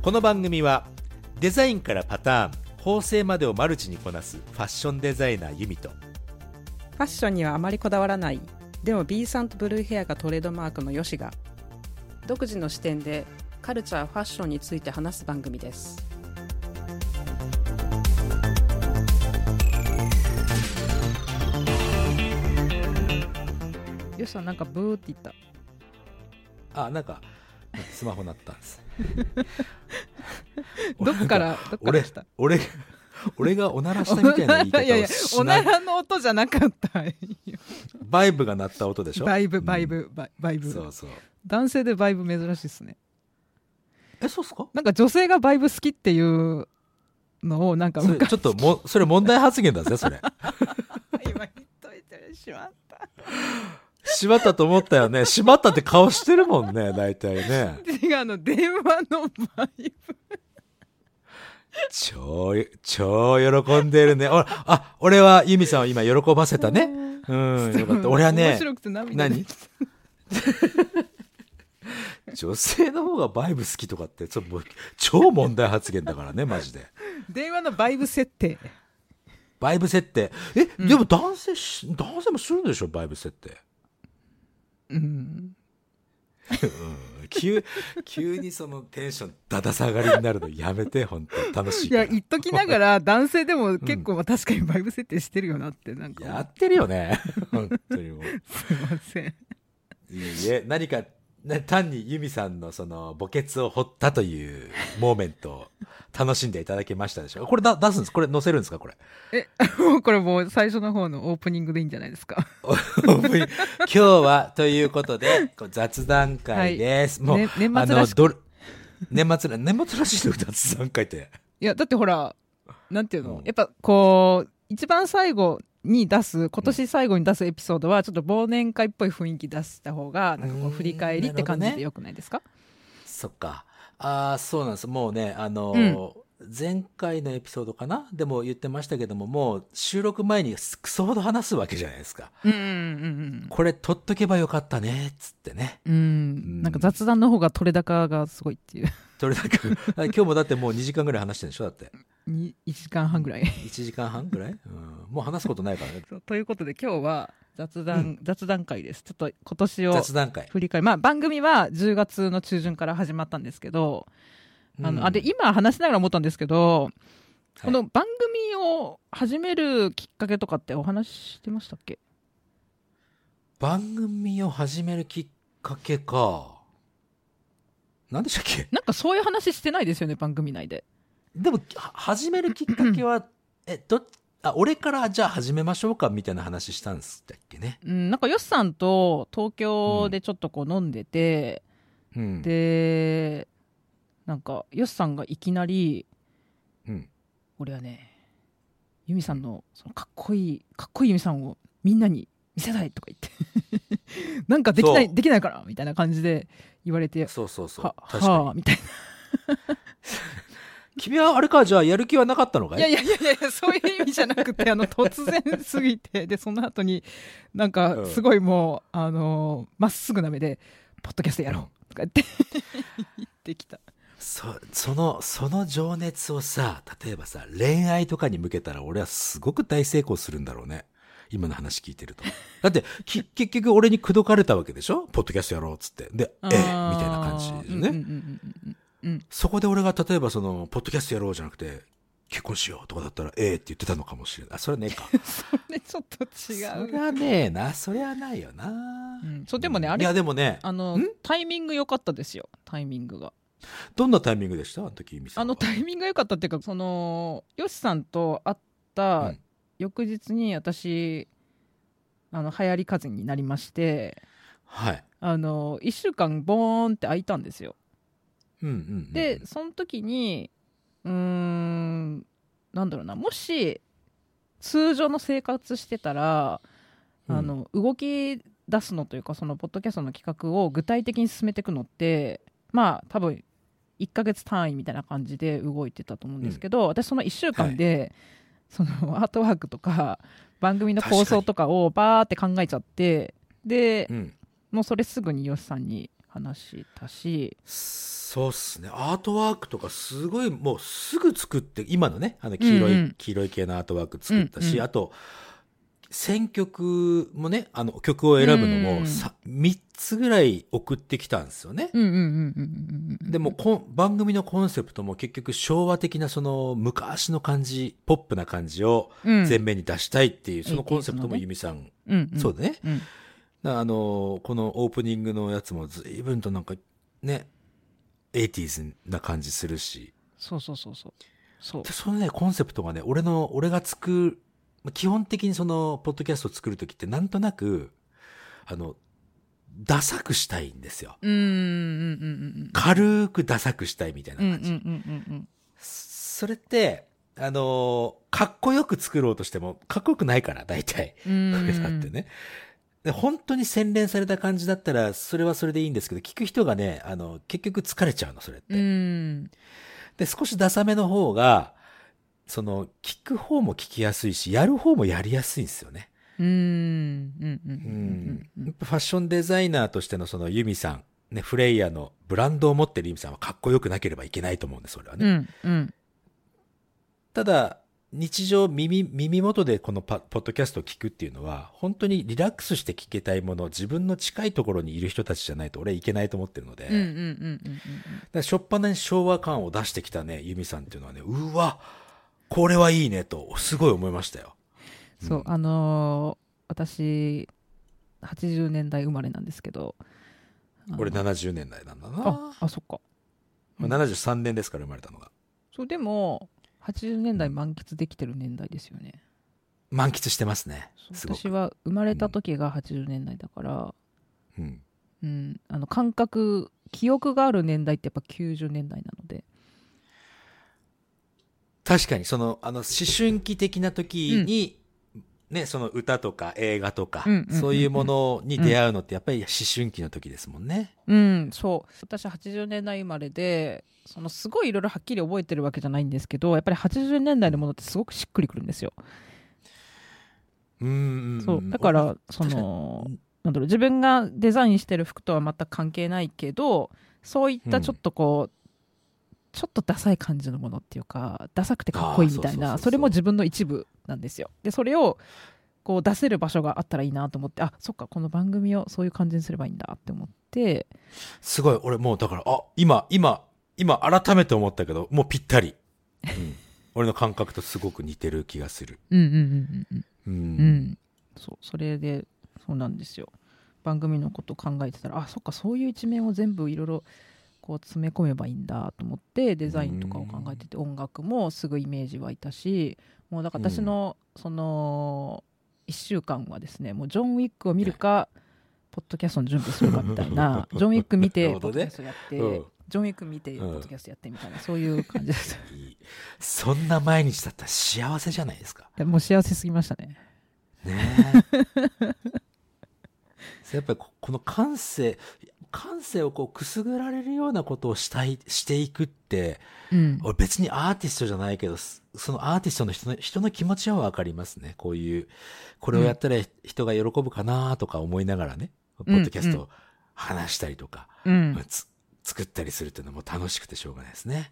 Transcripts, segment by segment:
この番組はデザインからパターン、縫製までをマルチにこなすファッションデザイナーユミと、 ファッションにはあまりこだわらない、でも B さんとブルーヘアがトレードマークのヨシが独自の視点でカルチャー、ファッションについて話す番組です。ヨシさんなんかブーって言った。 なんかスマホ鳴ったんですどっからした？ 俺がおならしたみたいな言い方をしない。 いやおならの音じゃなかったバイブが鳴った音でしょ。 バイブ、 そうそう、 男性でバイブ珍しいですね。 そうっすか？ なんか女性がバイブ好きっていうのをなんかちょっとそれ問題発言だぜそれ今言っといてしまったしまったと思ったよね。しまったって顔してるもんね、大体ね。 違う電話のバイブ超喜んでるね。俺はユミさんを今喜ばせたね。よかった。俺はね、 面白くて涙何女性の方がバイブ好きとかってもう超問題発言だからねマジで。 電話のバイブ設定、 バイブ設定、でも男性もするでしょバイブ設定。急にそのテンションだだ下がりになるのやめて、本当楽しいから。 いや言っときながら男性でも結構確かにバイブ設定してるよなってなんかやってるよね本当にもうすいません。 いいえ、何か単にユミさんのその墓穴を掘ったというモーメントを楽しんでいただけましたでしょうか。これ出すんです、これ載せるんですかこれ。 これもう最初の方のオープニングでいいんじゃないですか今日はということで雑談会です、はい、もう、 年末らしく年末らしいの雑談会って。 いやだってほらなんていうの、やっぱこう一番最後に出す、今年最後に出すエピソードはちょっと忘年会っぽい雰囲気出した方がなんかこう振り返りって感じでよくないですか？ そっか。そうなんです。もうね前回のエピソードかなでも言ってましたけども、もう収録前にクソほど話すわけじゃないですか。これ撮っとけばよかったねっつってね。 なんか雑談の方が取れ高がすごいっていう。 取れ高今日もだってもう2時間ぐらい話してるんでしょ。だって 1時間半ぐらい 1時間半ぐらい、もう話すことないからねということで今日は雑談会です。ちょっと今年を雑談会振り返り、番組は10月の中旬から始まったんですけど、で今話しながら思ったんですけど、この番組を始めるきっかけとかってお話ししてましたっけ？ 番組を始めるきっかけか、何でしたっけ？ なんかそういう話してないですよね番組内で。 でも始めるきっかけは俺からじゃあ始めましょうかみたいな話したんですっけね。 なんかヨシさんと東京でちょっとこう飲んでて、でなんかヨシさんがいきなり、俺はねユミさんのそのかっこいいユミさんをみんなに見せたいとか言ってなんかできないからみたいな感じで言われて、 そうはあみたいな君はあれか、じゃあやる気はなかったのかい？ いやそういう意味じゃなくて突然すぎて、でその後になんかすごいもうまっすぐな目でポッドキャストやろうとか言って言ってきた。 その情熱をさ、例えばさ恋愛とかに向けたら俺はすごく大成功するんだろうね、今の話聞いてると。だって結局俺に口説かれたわけでしょ、ポッドキャストやろうっつってでみたいな感じでね、そこで俺が例えばそのポッドキャストやろうじゃなくて結婚しようとかだったらって言ってたのかもしれない。それはねえかそれちょっと違う。 それはねえな、それはないよな。 そうでもね、あれいやでもねタイミング良かったですよ。タイミングがどんなタイミングでした？あの時タイミングが良かったっていうか、そのヨシさんと会った翌日に私流行り風邪になりまして、1週間ボーンって空いたんですよ。でその時になんだろうな、もし通常の生活してたら動き出すのというか、そのポッドキャストの企画を具体的に進めていくのって多分1ヶ月単位みたいな感じで動いてたと思うんですけど、私その1週間で、そのアートワークとか番組の構想とかをバーって考えちゃって、で、もうそれすぐにヨシさんに話したし。 そうっすね。アートワークとかすごいもうすぐ作って、今のね、黄色い系のアートワーク作ったし、あと、選曲もね、曲を選ぶのも3つぐらい送ってきたんですよね。でも番組のコンセプトも結局昭和的なその昔の感じ、ポップな感じを前面に出したいっていう、そのコンセプトも由美さん、そうだね。このオープニングのやつも随分となんかね、80s な感じするし。 そう。 で、そのね、コンセプトがね、俺が基本的にその、ポッドキャストを作るときってなんとなく、ダサくしたいんですよ。軽くダサくしたいみたいな感じ。それって、かっこよく作ろうとしても、かっこよくないから、大体。これだってね。で本当に洗練された感じだったら、それはそれでいいんですけど、聞く人がね、結局疲れちゃうの、それって。で、少しダサめの方が、聞く方も聞きやすいし、やる方もやりやすいんですよね。ファッションデザイナーとしてのそのユミさん、ね、フレイヤのブランドを持ってるユミさんはかっこよくなければいけないと思うんです、それはね。ただ、日常耳元でこのポッドキャストを聞くっていうのは、本当にリラックスして聞けたいもの、自分の近いところにいる人たちじゃないと俺はいけないと思ってるので、だからしょっぱなに昭和感を出してきたね、ユミさんっていうのはね、うわ、これはいいねと、すごい思いましたよ。 そう、私、80年代生まれなんですけど。 俺70年代なんだな。 そっか。 73年ですから生まれたのが。 そう、でも、80年代満喫できてる年代ですよね。 満喫してますね。 私は生まれた時が80年代だから、感覚、記憶がある年代ってやっぱ90年代なので。 確かに、思春期的な時に、ね、その歌とか映画とか、そういうものに出会うのってやっぱり思春期の時ですもんね。 そう。私80年代生まれで、すごいいろいろはっきり覚えてるわけじゃないんですけど、やっぱり80年代のものってすごくしっくりくるんですよ。そう。だから、なんだろう、自分がデザインしてる服とは全く関係ないけど、そういったちょっとちょっとダサい感じのものっていうか、ダサくてかっこいいみたいな、それも自分の一部なんですよ。で、それを出せる場所があったらいいなと思って、そっか、この番組をそういう感じにすればいいんだって思って。 すごい、俺もうだから、今改めて思ったけど、もうぴったり。俺の感覚とすごく似てる気がする。そう、それで、そうなんですよ。番組のこと考えてたら、そっか、そういう一面を全部いろいろ詰め込めばいいんだと思ってデザインとかを考えてて、音楽もすぐイメージ湧いたし、もうだから私のその1週間はですね、もうジョン・ウィックを見るかポッドキャストの準備するかみたいなジョン・ウィック見てポッドキャストやって、ジョン・ウィック見てポッドキャストやってみたいな、そういう感じですそんな毎日だったら幸せじゃないですか。 もう幸せすぎましたね。 やっぱりこの感性をくすぐられるようなことをしていくって、俺別にアーティストじゃないけど、そのアーティストの人の気持ちはわかりますね。これをやったら人が喜ぶかなとか思いながらね、ポッドキャストを話したりとか、作ったりするっていうのも楽しくてしょうがないですね。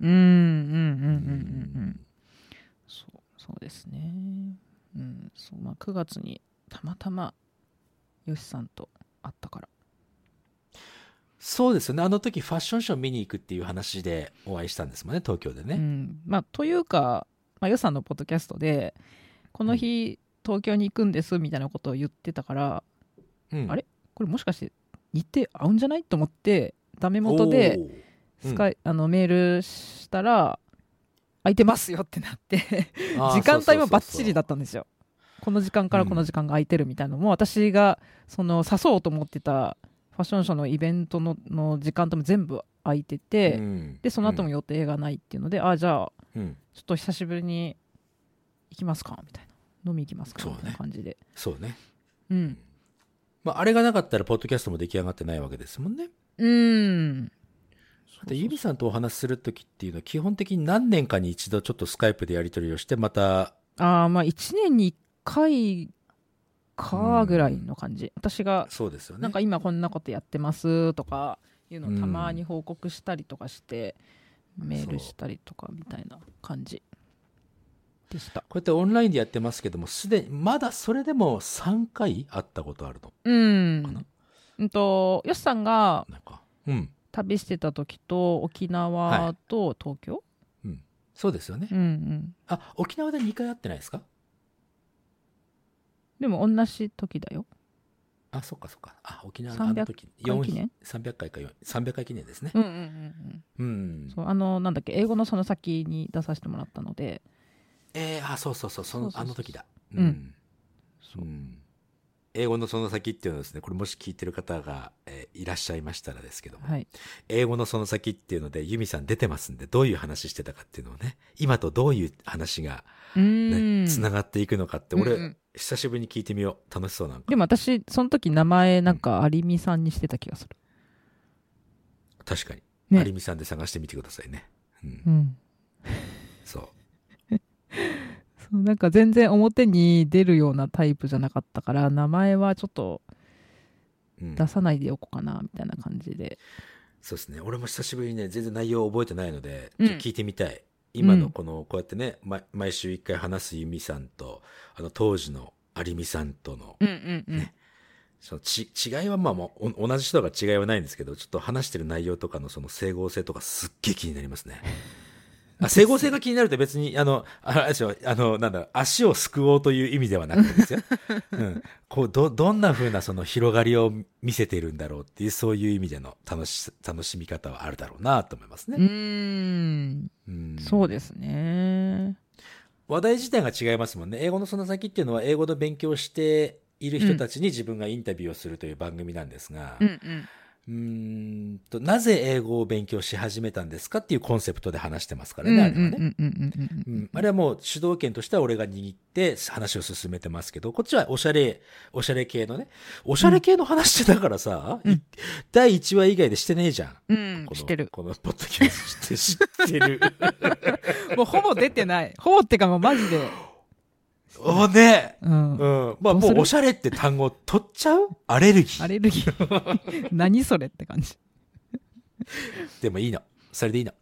そうですね。9月にたまたまよしさんと会ったから。 そうですよね。あの時ファッションショー見に行くっていう話でお会いしたんですもんね、東京でね。 というか、よしさんのポッドキャストでこの日、東京に行くんですみたいなことを言ってたから、あれこれもしかして日程合うんじゃないと思ってダメ元でメールしたら空いてますよってなって時間帯もバッチリだったんですよ。この時間からこの時間が空いてるみたいなのも、私が誘おうと思ってたファッションショーのイベントの時間とも全部空いてて、でその後も予定がないっていうので、じゃあ、ちょっと久しぶりに行きますかみたいな、飲み行きますかみたいな感じで。 そうね。あれがなかったらポッドキャストも出来上がってないわけですもんね。でユミさんとお話しするときっていうのは基本的に何年かに一度ちょっとスカイプでやり取りをして、また 1年に1回かぐらいの感じ。私が、 そうですよね。 なんか今こんなことやってますとかいうのをたまに報告したりとかして、メールしたりとかみたいな感じでした。 こうやってオンラインでやってますけども、すでに、まだそれでも3回会ったことあるのかな。 よしさんが、 なんか、 旅してた時と沖縄と東京、 そうですよね。あ、沖縄で2回会ってないですか？ でも同じ時だよ。 あ、そっかそっか。あ、沖縄のあの時 300回記念 300回か300回記念ですね。 そう、なんだっけ、英語のその先に出させてもらったので。 そうあの時だ。英語のその先っていうのはですね、これもし聞いてる方が、いらっしゃいましたらですけども、英語のその先っていうのでユミさん出てますんで、どういう話してたかっていうのをね、今とどういう話が、ね、つながっていくのかって俺、久しぶりに聞いてみよう。楽しそうなんか。 でも私その時名前なんか有美さんにしてた気がする。 確かに、ね、有美さんで探してみてくださいね。そうなんか全然表に出るようなタイプじゃなかったから、名前はちょっと出さないでおこうかなみたいな感じで、 そうですね。俺も久しぶりにね、全然内容を覚えてないので聞いてみたい。今のこうやってね、毎週1回話す由美さんと当時の有美さんとの、ね、その違いはまあ同じ人が違いはないんですけど、ちょっと話してる内容とかのその整合性とかすっげえ気になりますね。整合性が気になるって別に足をすくおうという意味ではなくてですよ。こうどんな風なその広がりを見せているんだろうっていう、そういう意味での楽しみ方はあるだろうなと思いますね。 そうですね。 話題自体が違いますもんね。英語のその先っていうのは英語の勉強をしている人たちに自分がインタビューをするという番組なんですが、なぜ英語を勉強し始めたんですかっていうコンセプトで話してますからね、あれはね。あれはもう主導権としては俺が握って話を進めてますけど、こっちはおしゃれ系のね、おしゃれ系の話してたからさ、第1話以外でしてねえじゃん。 知ってる。 このポッドキャスト知ってる。 もうほぼ出てない。ほぼってかもうマジで。 ね。まあもうおしゃれって単語取っちゃう？アレルギー。何それって感じ。 でもいいの。それでいいの。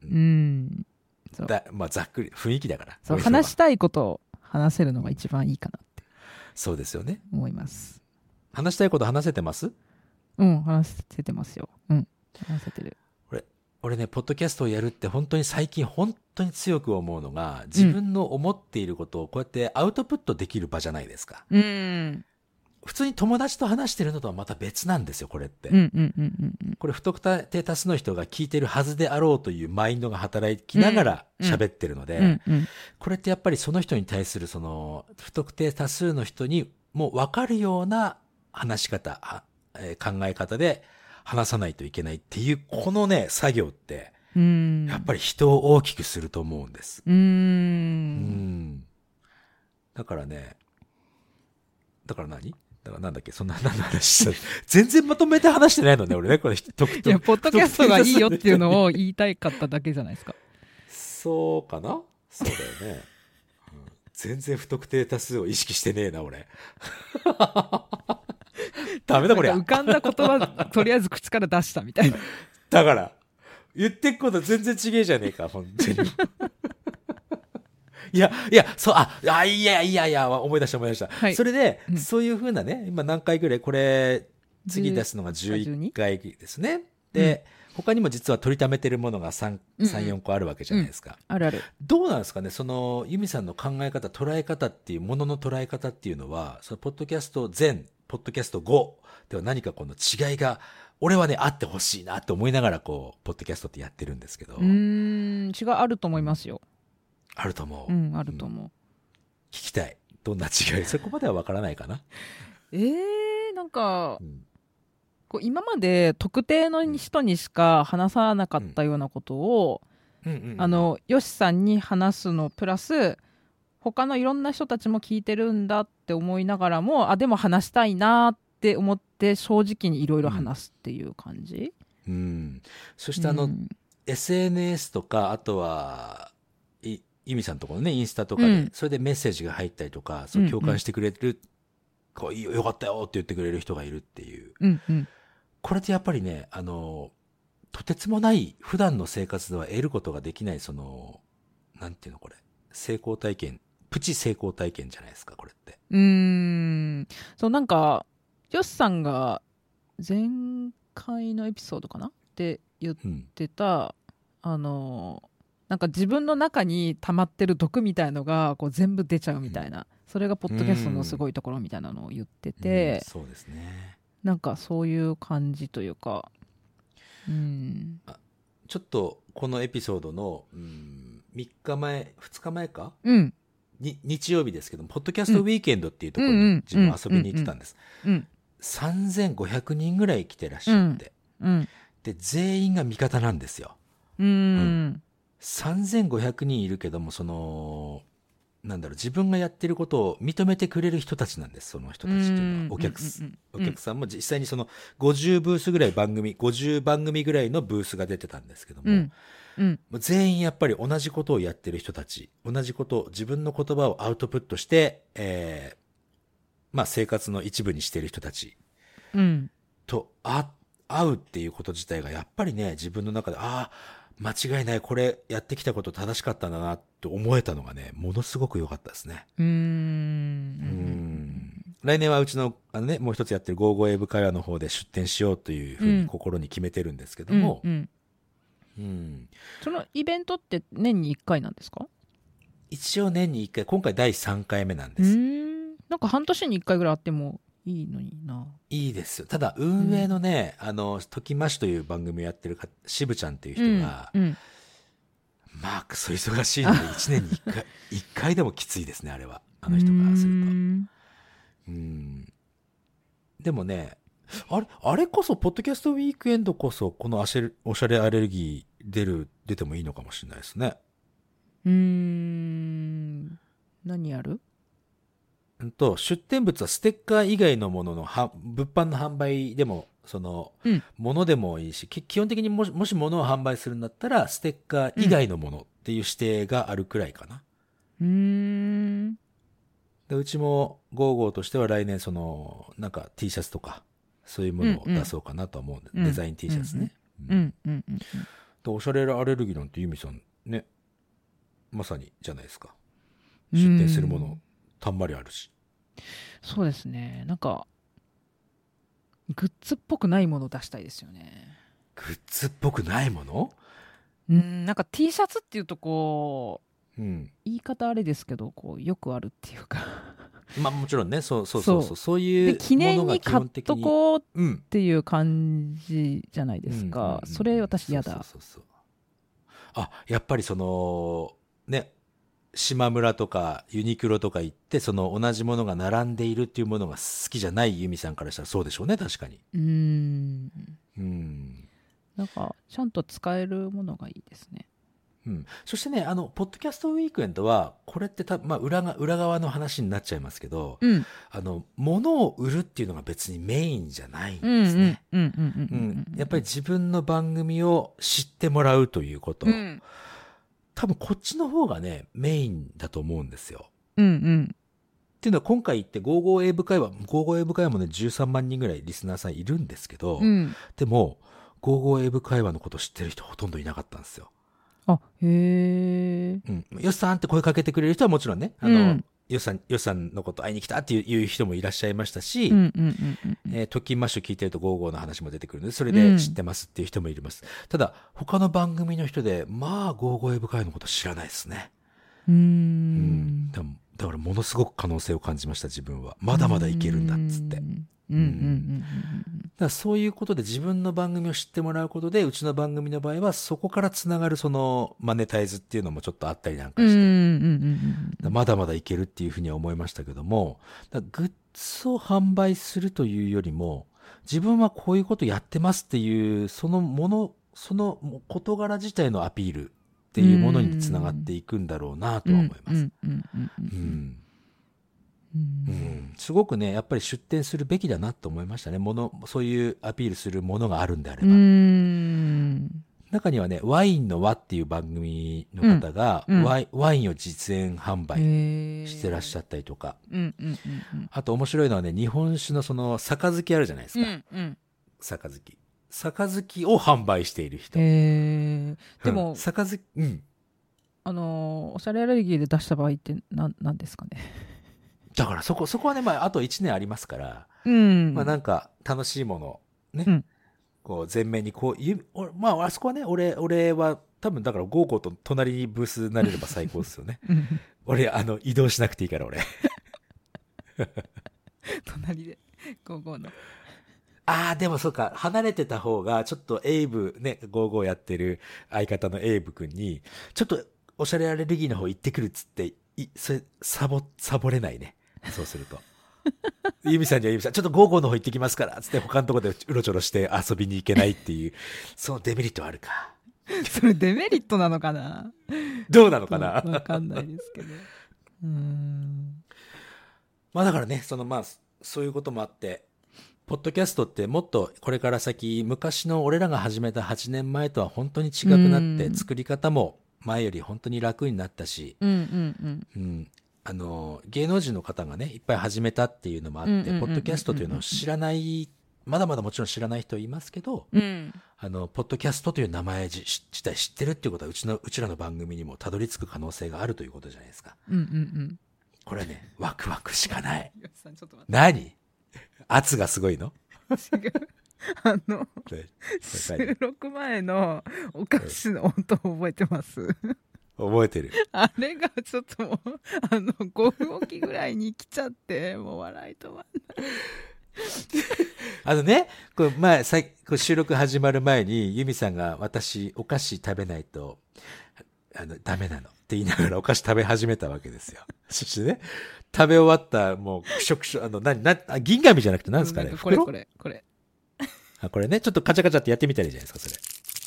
まあざっくり雰囲気だから。 そう、話したいことを話せるのが一番いいかなって。 そうですよね。 思います。 話したいこと話せてます？ 話せてますよ。話せてる。 俺ね、ポッドキャストをやるって本当に最近本当に強く思うのが、自分の思っていることをこうやってアウトプットできる場じゃないですか。普通に友達と話してるのとはまた別なんですよ、これって。これ不特定多数の人が聞いてるはずであろうというマインドが働きながら喋ってるので、これってやっぱりその人に対するその不特定多数の人にもう分かるような話し方、考え方で話さないといけないっていう、このね、作業って、やっぱり人を大きくすると思うんです。だからね、だからなんだっけ、そんな何の話した全然まとめて話してないのね、俺ね、これ。いや、ポッドキャストがいいよっていうのを言いたかっただけじゃないですか。 そうかな？そうだよね。全然不特定多数を意識してねえな、俺。ダメだこれ。 浮かんだ言葉、とりあえず口から出したみたいな。 だから、言ってくこと全然違えじゃねえか、本当に。いや、いや、思い出した。はい、それで、そういう風なね、今何回ぐらい、これ、次出すのが11回ですね。で、他にも実は取りためてるものが3、4個あるわけじゃないですか。 あるある。 どうなんですかね、その、ユミさんの考え方、捉え方っていう、ものの捉え方っていうのは、その、ポッドキャスト前、ポッドキャスト後では何かこの違いが、俺はね、あってほしいなって思いながら、こう、ポッドキャストってやってるんですけど。 違いあると思いますよ。 あると思う。 あると思う。 聞きたい。どんな違い？そこまでは分からないかな。 なんか、こう今まで特定の人にしか話さなかったようなことを、ヨシさんに話すのプラス、他のいろんな人たちも聞いてるんだって思いながらも、でも話したいなって思って正直にいろいろ話すっていう感じ。 そしてSNS とか、あとは、ユミさんとこのね、インスタとかで、それでメッセージが入ったりとか、そう共感してくれるこうよかったよって言ってくれる人がいるっていう。 うんうん。 これってやっぱりね、とてつもない普段の生活では得ることができない、なんていうのこれ、成功体験、プチ成功体験じゃないですか、これって。 そう、なんか、ヨシさんが前回のエピソードかなって言ってた、なんか自分の中に溜まってる毒みたいのがこう全部出ちゃうみたいな、それがポッドキャストのすごいところみたいなのを言ってて、 そうですね。 なんかそういう感じというか、 ちょっとこのエピソードの、3日前、2日前か、日曜日ですけども、ポッドキャストウィーケンドっていうところに自分遊びに行ってたんです。3500人ぐらい来てらっしゃって、で全員が味方なんですよ。3500人いるけども、なんだろう、自分がやってることを認めてくれる人たちなんです、その人たちっていうのは。お客さんも実際に50ブースぐらい50番組ぐらいのブースが出てたんですけども、全員やっぱり同じことをやってる人たち、同じことを、自分の言葉をアウトプットして、生活の一部にしてる人たち、と会うっていうこと自体がやっぱりね、自分の中で、間違いない、これやってきたこと正しかったんだなって思えたのがね、ものすごく良かったですね。来年はうちの、もう一つやってる55英語会話の方で出展しようというふうに心に決めてるんですけども、 そのイベントって年に1回なんですか？ 一応年に1回、今回第3回目なんです。 なんか半年に1回ぐらいあってもいいのにな。 いいですよ。ただ運営のね、ときましという番組をやってる渋ちゃんっていう人が、まあクソ忙しいので1年に1回でもきついですね、あれは。あの人からすると。でもね、あれこそ、ポッドキャストウィークエンドこそ、このおしゃれアレルギー出てもいいのかもしれないですね。 何やる？ 出店物はステッカー以外のものの物販の販売でも、ものでもいいし、基本的にもし物を販売するんだったら、ステッカー以外のものっていう指定があるくらいかな。で、うちも55としては来年なんか T シャツとか、そういうものを出そうかなと思うんで、デザイン T シャツね。おしゃれアレルギーなんてユミさんね、まさにじゃないですか。出店するものたんまりあるし。 そうですね。なんかグッズっぽくないものを出したいですよね。 グッズっぽくないもの？ なんか T シャツっていうとこう、言い方あれですけど、こうよくあるっていうかまあもちろんね、そういうで記念に買っとこうっていう感じじゃないですか。それ私嫌だ。 やっぱりね、島村とかユニクロとか行って同じものが並んでいるっていうものが好きじゃないユミさんからしたらそうでしょうね、確かに。 なんかちゃんと使えるものがいいですね。 そしてね、ポッドキャストウィークエンドは、これって裏側の話になっちゃいますけど、物を売るっていうのが別にメインじゃないんですね。やっぱり自分の番組を知ってもらうということ。多分こっちの方がね、メインだと思うんですよ。っていうのは今回言って55英語会話もね、13万人ぐらいリスナーさんいるんですけど、でも、55英語会話のこと知ってる人ほとんどいなかったんですよ。 へえ。よしさんって声かけてくれる人はもちろんね、よしさんのこと会いに来たっていう人もいらっしゃいましたし、トキンマッシュ聞いてると55の話も出てくるので、それで知ってますっていう人もいます。ただ、他の番組の人で、55英語会話のこと知らないですね。だからものすごく可能性を感じました、自分は。まだまだいけるんだっつって。だからそういうことで自分の番組を知ってもらうことで、うちの番組の場合はそこからつながるマネタイズっていうのもちょっとあったりなんかして、まだまだいけるっていうふうには思いましたけども、グッズを販売するというよりも、自分はこういうことやってますっていう、その事柄自体のアピールっていうものにつながっていくんだろうなとは思います。すごくね、やっぱり出店するべきだなと思いましたね。そういうアピールするものがあるんであれば。 中にはね、ワインの輪っていう番組の方が、ワインを実演販売してらっしゃったりとか、あと面白いのはね、日本酒のその杯あるじゃないですか。杯を販売している人。 でも、 杯、 おしゃれアレルギーで出した場合って何ですかね。 だからそこはね、まあ、あと1年ありますから、まあなんか楽しいもの、ね。こう前面にこう、まああそこはね、俺は多分だからゴーゴーと隣にブースになれれば最高ですよね。俺、移動しなくていいから俺。 隣で、ゴーゴーの。 でもそうか、離れてた方が、ちょっとエイブね、ゴーゴーやってる相方のエイブ君に、ちょっとおしゃれアレルギーの方行ってくるっつって、それ、サボれないね。そうすると。ユミさんにはユミさん、ちょっとゴーゴーの方行ってきますから、つって他のところでうろちょろして遊びに行けないっていう、そのデメリットはあるか。 それデメリットなのかな？ どうなのかな？ わかんないですけど。 まあだからね、そういうこともあって、ポッドキャストってもっとこれから先、昔の俺らが始めた8年前とは本当に違くなって、作り方も前より本当に楽になったし、芸能人の方がね、いっぱい始めたっていうのもあって、ポッドキャストというのを知らない、まだまだもちろん知らない人いますけど、ポッドキャストという名前自体知ってるっていうことは、うちらの番組にもたどり着く可能性があるということじゃないですか。これね、ワクワクしかない。何？圧がすごいの？ 違う。収録前のお菓子の音を覚えてます。 覚えてる。 あれがちょっともう、5分おきぐらいに来ちゃって、もう笑い止まんない。 ね、これ収録始まる前に、ユミさんが私、お菓子食べないと、ダメなのって言いながらお菓子食べ始めたわけですよ。そしてね、食べ終わった、もう、くしょくしょ、銀紙じゃなくて何ですかね？ これ。 これね、ちょっとカチャカチャってやってみたらいいじゃないですか、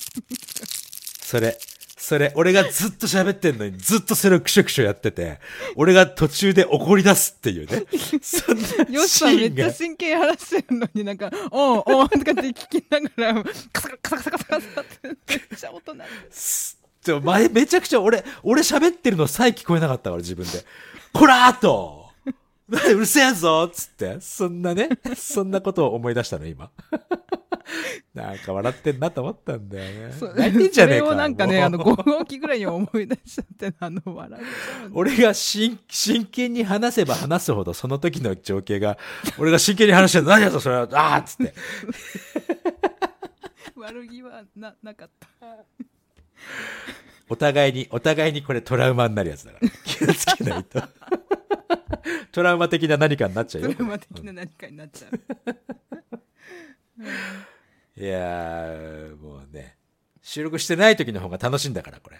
それ、俺がずっと喋ってんのに、ずっとそれをくしょくしょやってて、俺が途中で怒り出すっていうね。そんなシーンが。 よしさんめっちゃ神経晴らしてるのになんか、おーとかって聞きながら、カサカサってめっちゃ音鳴る。 めちゃくちゃ俺喋ってるのさえ聞こえなかったから自分で。こらーとうるせえぞつって、そんなことを思い出したの今。なんか笑ってんなと思ったんだよね。泣いてんじゃねえか。 それをなんかね、5分おきぐらいに思い出しちゃって、笑っちゃう。 俺が真剣に話せば話すほど、その時の情景が、俺が真剣に話してる、何やぞそれは、っつって。 悪気はなかった。 お互いにこれトラウマになるやつだから。気をつけないと。トラウマ的な何かになっちゃうよ。 トラウマ的な何かになっちゃう。 いやー、もうね、収録してない時の方が楽しいんだから、これ。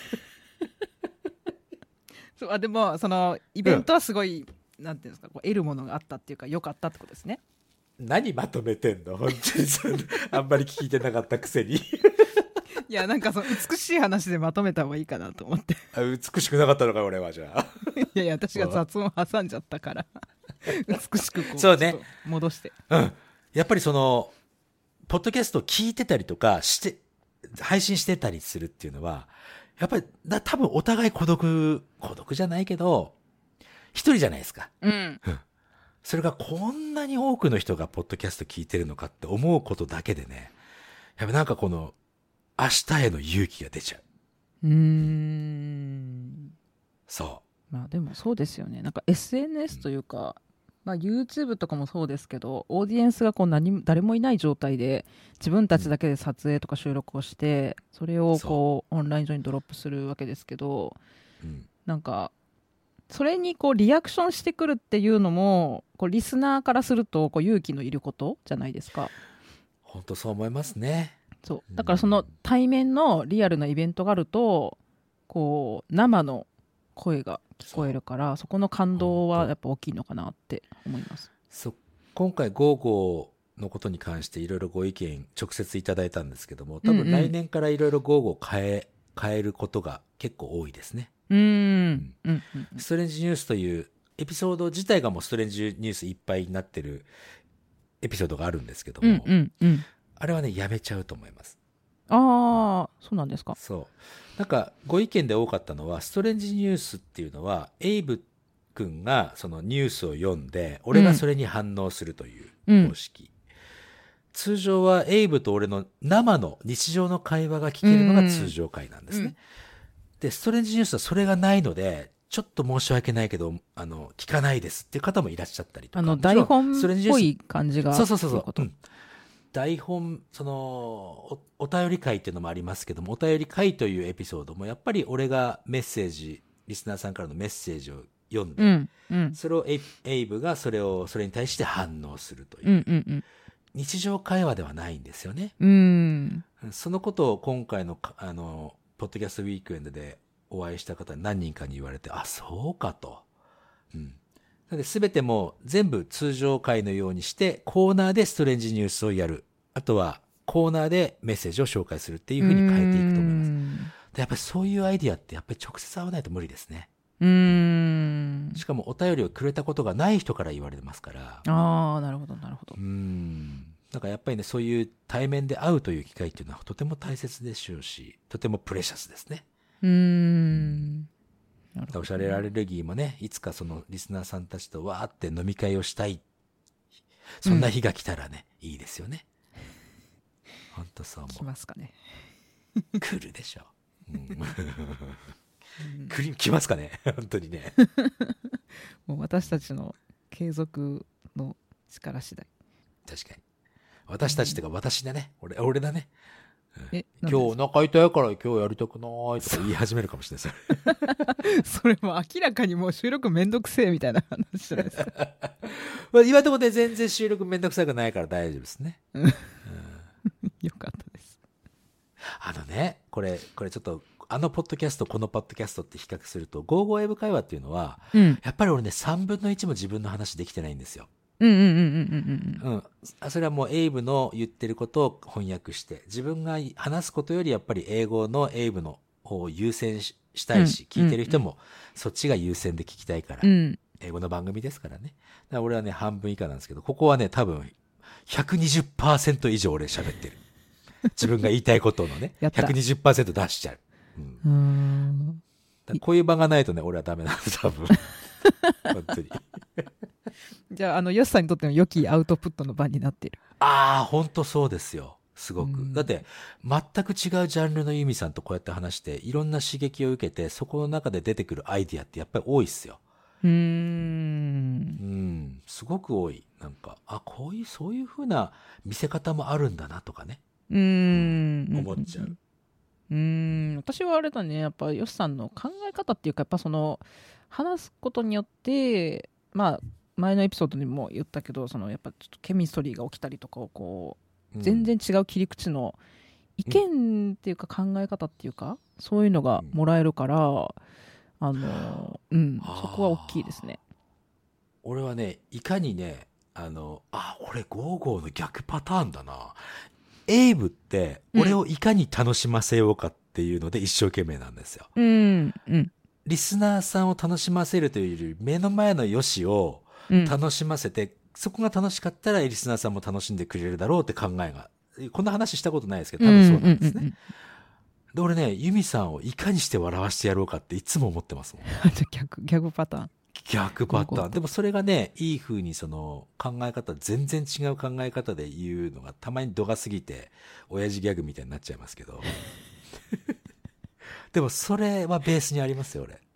そう、でも、その、イベントはすごい、なんていうんですか、得るものがあったっていうか、良かったってことですね。 何まとめてんの？本当にあんまり聞いてなかったくせに。 いや、なんかその美しい話でまとめた方がいいかなと思って。 美しくなかったのか、俺は、じゃあ。 いや、私が雑音挟んじゃったから。美しくこう、 そうね。 戻して。 やっぱりその、ポッドキャストを聞いてたりとかして、配信してたりするっていうのは、やっぱり、多分お互い孤独じゃないけど、一人じゃないですか。それがこんなに多くの人がポッドキャスト聞いてるのかって思うことだけでね、やっぱなんかこの、明日への勇気が出ちゃう。そう。 まあでもそうですよね。なんか SNS というか、YouTube とかもそうですけど、オーディエンスがこう誰もいない状態で自分たちだけで撮影とか収録をして、それをこうオンライン上にドロップするわけですけど、なんかそれにこうリアクションしてくるっていうのもこうリスナーからするとこう勇気のいることじゃないですか。 本当そう思いますね。 そうだからその対面のリアルなイベントがあるとこう生の声が聞こえるから、そこの感動はやっぱ大きいのかなって思います。 今回ゴーゴーのことに関していろいろご意見直接いただいたんですけども、多分来年からいろいろゴーゴー変えることが結構多いですね。ストレンジニュースというエピソード自体がもうストレンジニュースいっぱいになってるエピソードがあるんですけども、あれはねやめちゃうと思います。 ああ、そうなんですか。 そう。なんか、ご意見で多かったのは、ストレンジニュースっていうのは、エイブ君がそのニュースを読んで、俺がそれに反応するという方式。通常はエイブと俺の生の日常の会話が聞けるのが通常会なんですね。で、ストレンジニュースはそれがないので、ちょっと申し訳ないけど、聞かないですっていう方もいらっしゃったりとか。 台本っぽい感じが。 そう。台本、お便り会っていうのもありますけども、お便り会というエピソードも、やっぱり俺がメッセージ、リスナーさんからのメッセージを読んで、それをエイブがそれに対して反応するという。日常会話ではないんですよね。そのことを今回の、ポッドキャストウィークエンドでお会いした方何人かに言われて、あ、そうかと。なので全ても全部通常回のようにして、コーナーでストレンジニュースをやる。あとはコーナーでメッセージを紹介するっていう風に変えていくと思います。でやっぱりそういうアイディアってやっぱり直接会わないと無理ですね。しかもお便りをくれたことがない人から言われてますから。 ああ、なるほど。 だからやっぱりね、そういう対面で会うという機会っていうのはとても大切でしょうし、とてもプレシャスですね。おしゃれアレルギーもね、いつかそのリスナーさんたちとわーって飲み会をしたい。そんな日が来たらね、いいですよね。本当そう思う。 来ますかね。 来るでしょう。来ますかね本当にね。 もう私たちの継続の力次第。 確かに。私たちってか私だね。俺だね。今日お腹痛いから今日やりたくないとか言い始めるかもしれないですそれも明らかにもう収録めんどくせえみたいな話じゃないですか。 今でもね、全然収録めんどくさくないから大丈夫ですね。 よかったです。 これちょっと、ポッドキャスト、このポッドキャストって比較すると、55英語会話っていうのは、やっぱり俺ね、3分の1も自分の話できてないんですよ。それはもうエイブの言ってることを翻訳して、自分が話すことよりやっぱり英語のエイブの方を優先したいし、聞いてる人もそっちが優先で聞きたいから、英語の番組ですからね。だから俺はね、半分以下なんですけど、ここはね、多分 120% 以上俺喋ってる。自分が言いたいことのね、120% 出しちゃう。こういう場がないとね、俺はダメなんです、多分。本当に。 じゃあ、ヨシさんにとっての良きアウトプットの場になっている。 本当そうですよ。すごく。だって、全く違うジャンルのユミさんとこうやって話して、いろんな刺激を受けて、そこの中で出てくるアイディアってやっぱり多いっすよ。すごく多い。なんか、そういう風な見せ方もあるんだなとかね。思っちゃう。 私はあれだね、やっぱヨシさんの考え方っていうか、やっぱその話すことによって、まあ前のエピソードにも言ったけど、やっぱちょっとケミストリーが起きたりとかをこう、全然違う切り口の意見っていうか考え方っていうか、そういうのがもらえるから、そこは大きいですね。 俺はね、いかにね、これゴーゴーの逆パターンだな。エイブって俺をいかに楽しませようかっていうので一生懸命なんですよ。リスナーさんを楽しませるというより目の前のヨシを楽しませて、そこが楽しかったらリスナーさんも楽しんでくれるだろうって考えが、こんな話したことないですけど多分そうなんですね。で俺ね、ユミさんをいかにして笑わせてやろうかっていつも思ってますもん。 逆パターン。 逆パターン。でもそれがね、いい風にその考え方、全然違う考え方で言うのがたまに度が過ぎて、親父ギャグみたいになっちゃいますけど。でもそれはベースにありますよ、俺。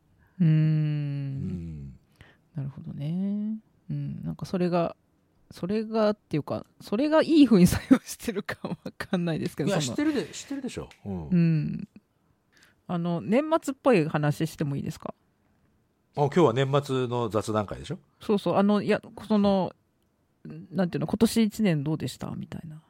なるほどね。なんかそれがっていうか、それがいい風に作用してるかわかんないですけど。 いや、知ってるでしょ。 年末っぽい話してもいいですか？ 今日は年末の雑談会でしょ？ そう。なんていうの、今年1年どうでしたみたいな。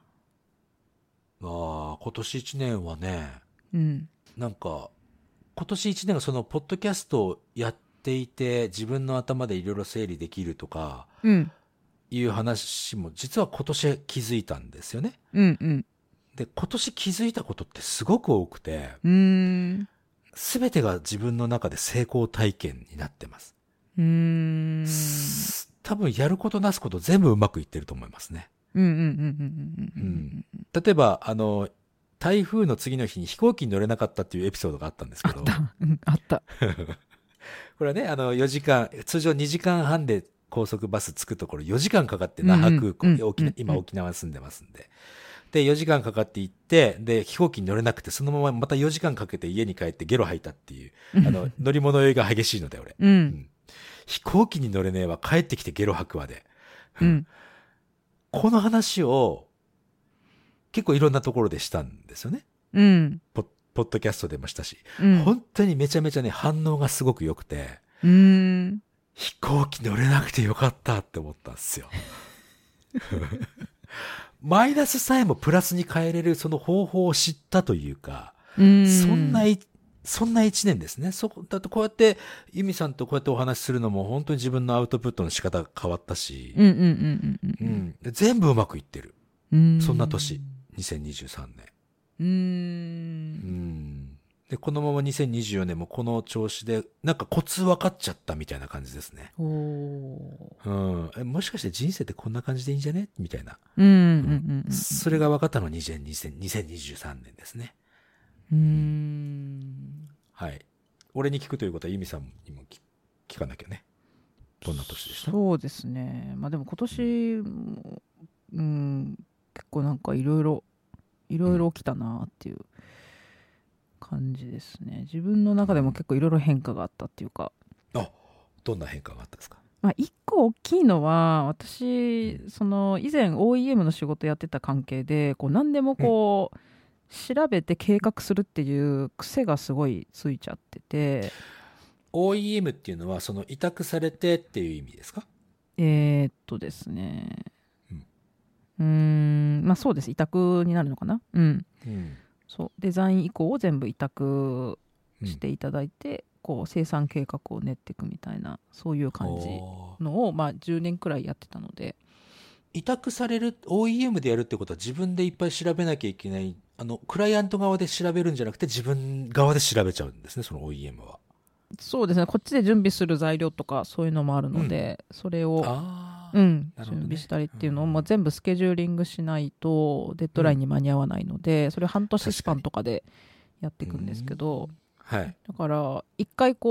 今年1年はね、なんか、今年1年がその、ポッドキャストをやっていて、自分の頭でいろいろ整理できるとか、いう話も、実は今年気づいたんですよね。で、今年気づいたことってすごく多くて、すべてが自分の中で成功体験になってます。多分やることなすこと全部うまくいってると思いますね。例えば、 台風の次の日に飛行機に乗れなかったっていうエピソードがあったんですけど。 あった。 これはね、4時間、通常2時間半で高速バス着くところ4時間かかって那覇空港、今沖縄住んでますんで。で、4時間かかって行って、で、飛行機に乗れなくて、そのまままた4時間かけて家に帰ってゲロ吐いたっていう、乗り物酔いが激しいので、俺。飛行機に乗れねえわ、帰ってきてゲロ吐くわで。この話を、結構いろんなところでしたんですよね。ポッドキャストでもしたし。本当にめちゃめちゃね、反応がすごく良くて、飛行機乗れなくてよかったって思ったんですよ。マイナスさえもプラスに変えれるその方法を知ったというか、そんな一年ですね。だってこうやって、ユミさんとこうやってお話しするのも本当に自分のアウトプットの仕方が変わったし、全部うまくいってる。そんな年、2023年。で、このまま2024年もこの調子で、なんかコツ分かっちゃったみたいな感じですね。もしかして人生ってこんな感じでいいんじゃねみたいな。それが分かったのは2023年ですね。はい。俺に聞くということは、ユミさんにも聞かなきゃね。どんな年でした？ そうですね。まあでも今年も、結構なんかいろいろ起きたなっていう感じですね。自分の中でも結構いろいろ変化があったっていうか。 どんな変化があったんですか？ 一個大きいのは、私、以前 OEM の仕事やってた関係で、何でも調べて計画するっていう癖がすごいついちゃってて。 OEM っていうのは、委託されてっていう意味ですか？ ですね。まあそうです。委託になるのかな。そう。デザイン以降を全部委託していただいて、生産計画を練っていくみたいな、そういう感じのを、10年くらいやってたので。 委託される、OEM でやるってことは自分でいっぱい調べなきゃいけない、クライアント側で調べるんじゃなくて自分側で調べちゃうんですね、その OEM は。 そうですね。こっちで準備する材料とかそういうのもあるので、それを、準備したりっていうのを、全部スケジューリングしないとデッドラインに間に合わないので、それを半年スパンとかでやっていくんですけど、だから一回仕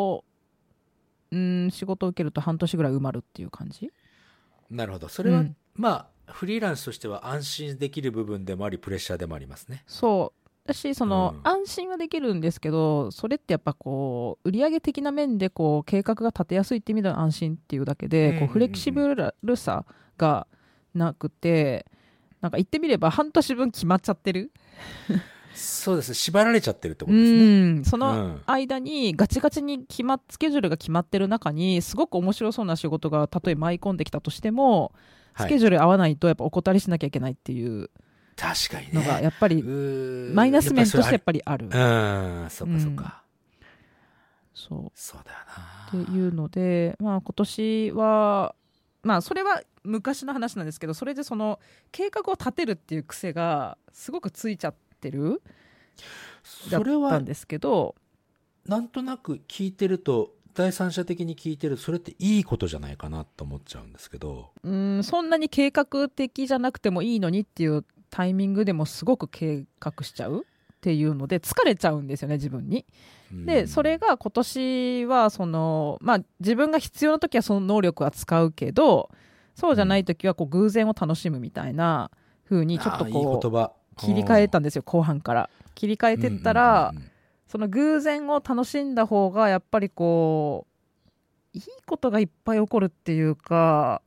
事を受けると半年ぐらい埋まるっていう感じ。 なるほど。それは、フリーランスとしては安心できる部分でもありプレッシャーでもありますね。 そう私安心はできるんですけど、それってやっぱ売上的な面で計画が立てやすいって意味での安心っていうだけで、フレキシブルさがなくて、なんか言ってみれば半年分決まっちゃってる。 そうですね。縛られちゃってるってことですね。 その間にガチガチにスケジュールが決まってる中に、すごく面白そうな仕事がたとえ舞い込んできたとしても、スケジュール合わないとやっぱお断りしなきゃいけないっていうのがやっぱりマイナス面としてやっぱりある。 そうかそうか。 そうだよな。 っていうので、今年はそれは昔の話なんですけど、それで計画を立てるっていう癖がすごくついちゃってるだったんですけど、 なんとなく聞いてると、第三者的に聞いてると、それっていいことじゃないかなと思っちゃうんですけど。 そんなに計画的じゃなくてもいいのにっていうタイミングでもすごく計画しちゃうっていうので疲れちゃうんですよね、自分に。でそれが今年は自分が必要な時はその能力は使うけど、そうじゃない時は偶然を楽しむみたいな風にちょっといい言葉切り替えたんですよ。後半から切り替えてったら、その偶然を楽しんだ方がやっぱりいいことがいっぱい起こるっていうか、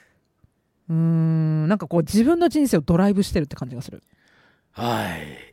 なんか自分の人生をドライブしてるって感じがする。 はい。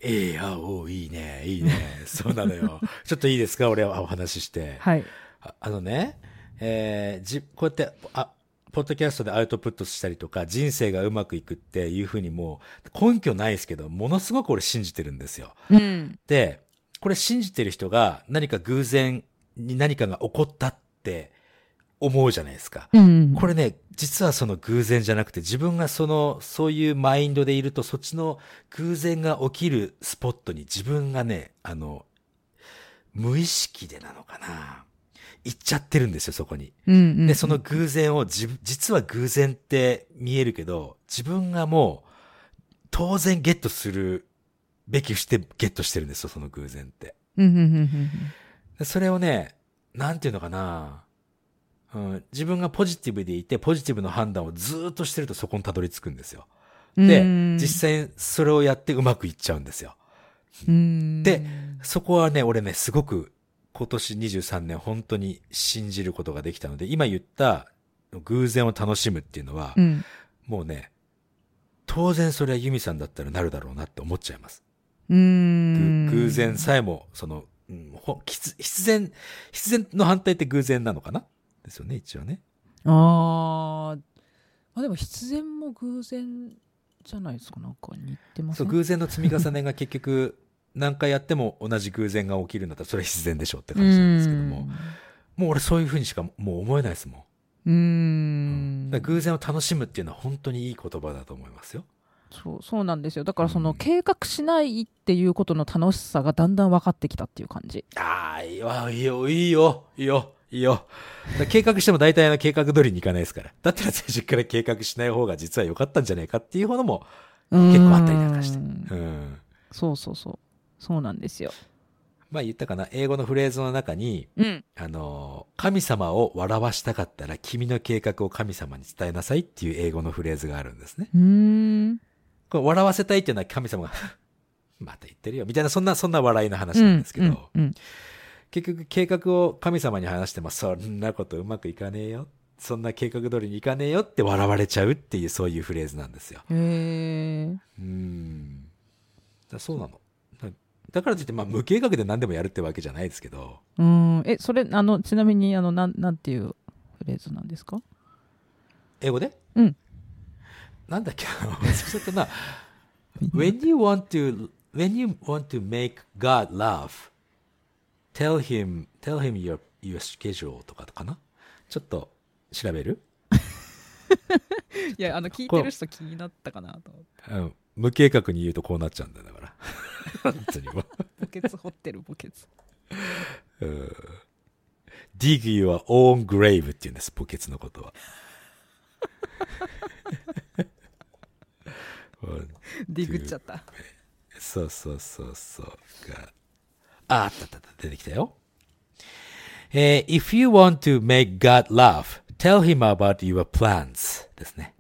いいね、いいね。そうなのよ。ちょっといいですか、俺はお話しして。 はい。 こうやって、ポッドキャストでアウトプットしたりとか、人生がうまくいくっていうふうにもう、根拠ないですけど、ものすごく俺信じてるんですよ。で、これ信じてる人が何か偶然に何かが起こったって思うじゃないですか。これね、実はその偶然じゃなくて、自分がそういうマインドでいると、そっちの偶然が起きるスポットに自分がね、無意識でなのかな、行っちゃってるんですよ、そこに。で、その偶然を実は偶然って見えるけど、自分がもう当然ゲットするべきしてゲットしてるんですよ、その偶然って。それをね、なんていうのかな、自分がポジティブでいて、ポジティブの判断をずっとしてるとそこにたどり着くんですよ。で、実際それをやってうまくいっちゃうんですよ。で、そこはね、俺ね、すごく今年23年本当に信じることができたので、今言った偶然を楽しむっていうのは、もうね、当然それはユミさんだったらなるだろうなって思っちゃいます。偶然さえも、必然の反対って偶然なのかなですよね、一応ね。 まあでも必然も偶然じゃないですか、なんか似てますね。 そう、偶然の積み重ねが結局何回やっても同じ偶然が起きるんだったらそれは必然でしょって感じなんですけども、もう俺そういう風にしかもう思えないですもん。だから偶然を楽しむっていうのは本当にいい言葉だと思いますよ。 そうなんですよ。だからその計画しないっていうことの楽しさがだんだん分かってきたっていう感じ。 いいよ。計画しても大体計画通りにいかないですから。だったら最初から計画しない方が実は良かったんじゃないかっていうものも結構あったりなんかして。 そうなんですよ。 まあ言ったかな、英語のフレーズの中に、神様を笑わしたかったら君の計画を神様に伝えなさいっていう英語のフレーズがあるんですね。これ笑わせたいっていうのは神様がまた言ってるよみたいなそんな笑いの話なんですけど、結局計画を神様に話してもそんなことうまくいかねえよ、そんな計画通りにいかねえよって笑われちゃうっていうそういうフレーズなんですよ。そうなの。だからといって無計画で何でもやるってわけじゃないですけど。 それちなみになんていうフレーズなんですか？ 英語で？なんだっけちょっとな。When you want to make God laugh, tell him your schedule とかかな。ちょっと調べる？ いや聞いてる人気になったかなと思って。 無計画に言うとこうなっちゃうんだよだから。本当にも。 墓穴掘ってる墓穴。 dig your own grave って言うんです、墓穴のことは。 ディグっちゃった。 そうあった、出てきたよ。If you want to make God laugh, tell him about your plans ですね。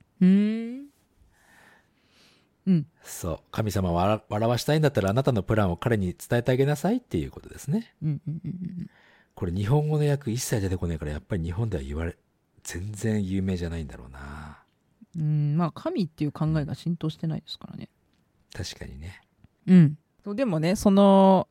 そう。神様を笑わしたいんだったらあなたのプランを彼に伝えてあげなさいっていうことですね。これ日本語の訳一切出てこないからやっぱり日本では全然有名じゃないんだろうな。 まあ神っていう考えが浸透してないですからね。 確かにね。 でもね、その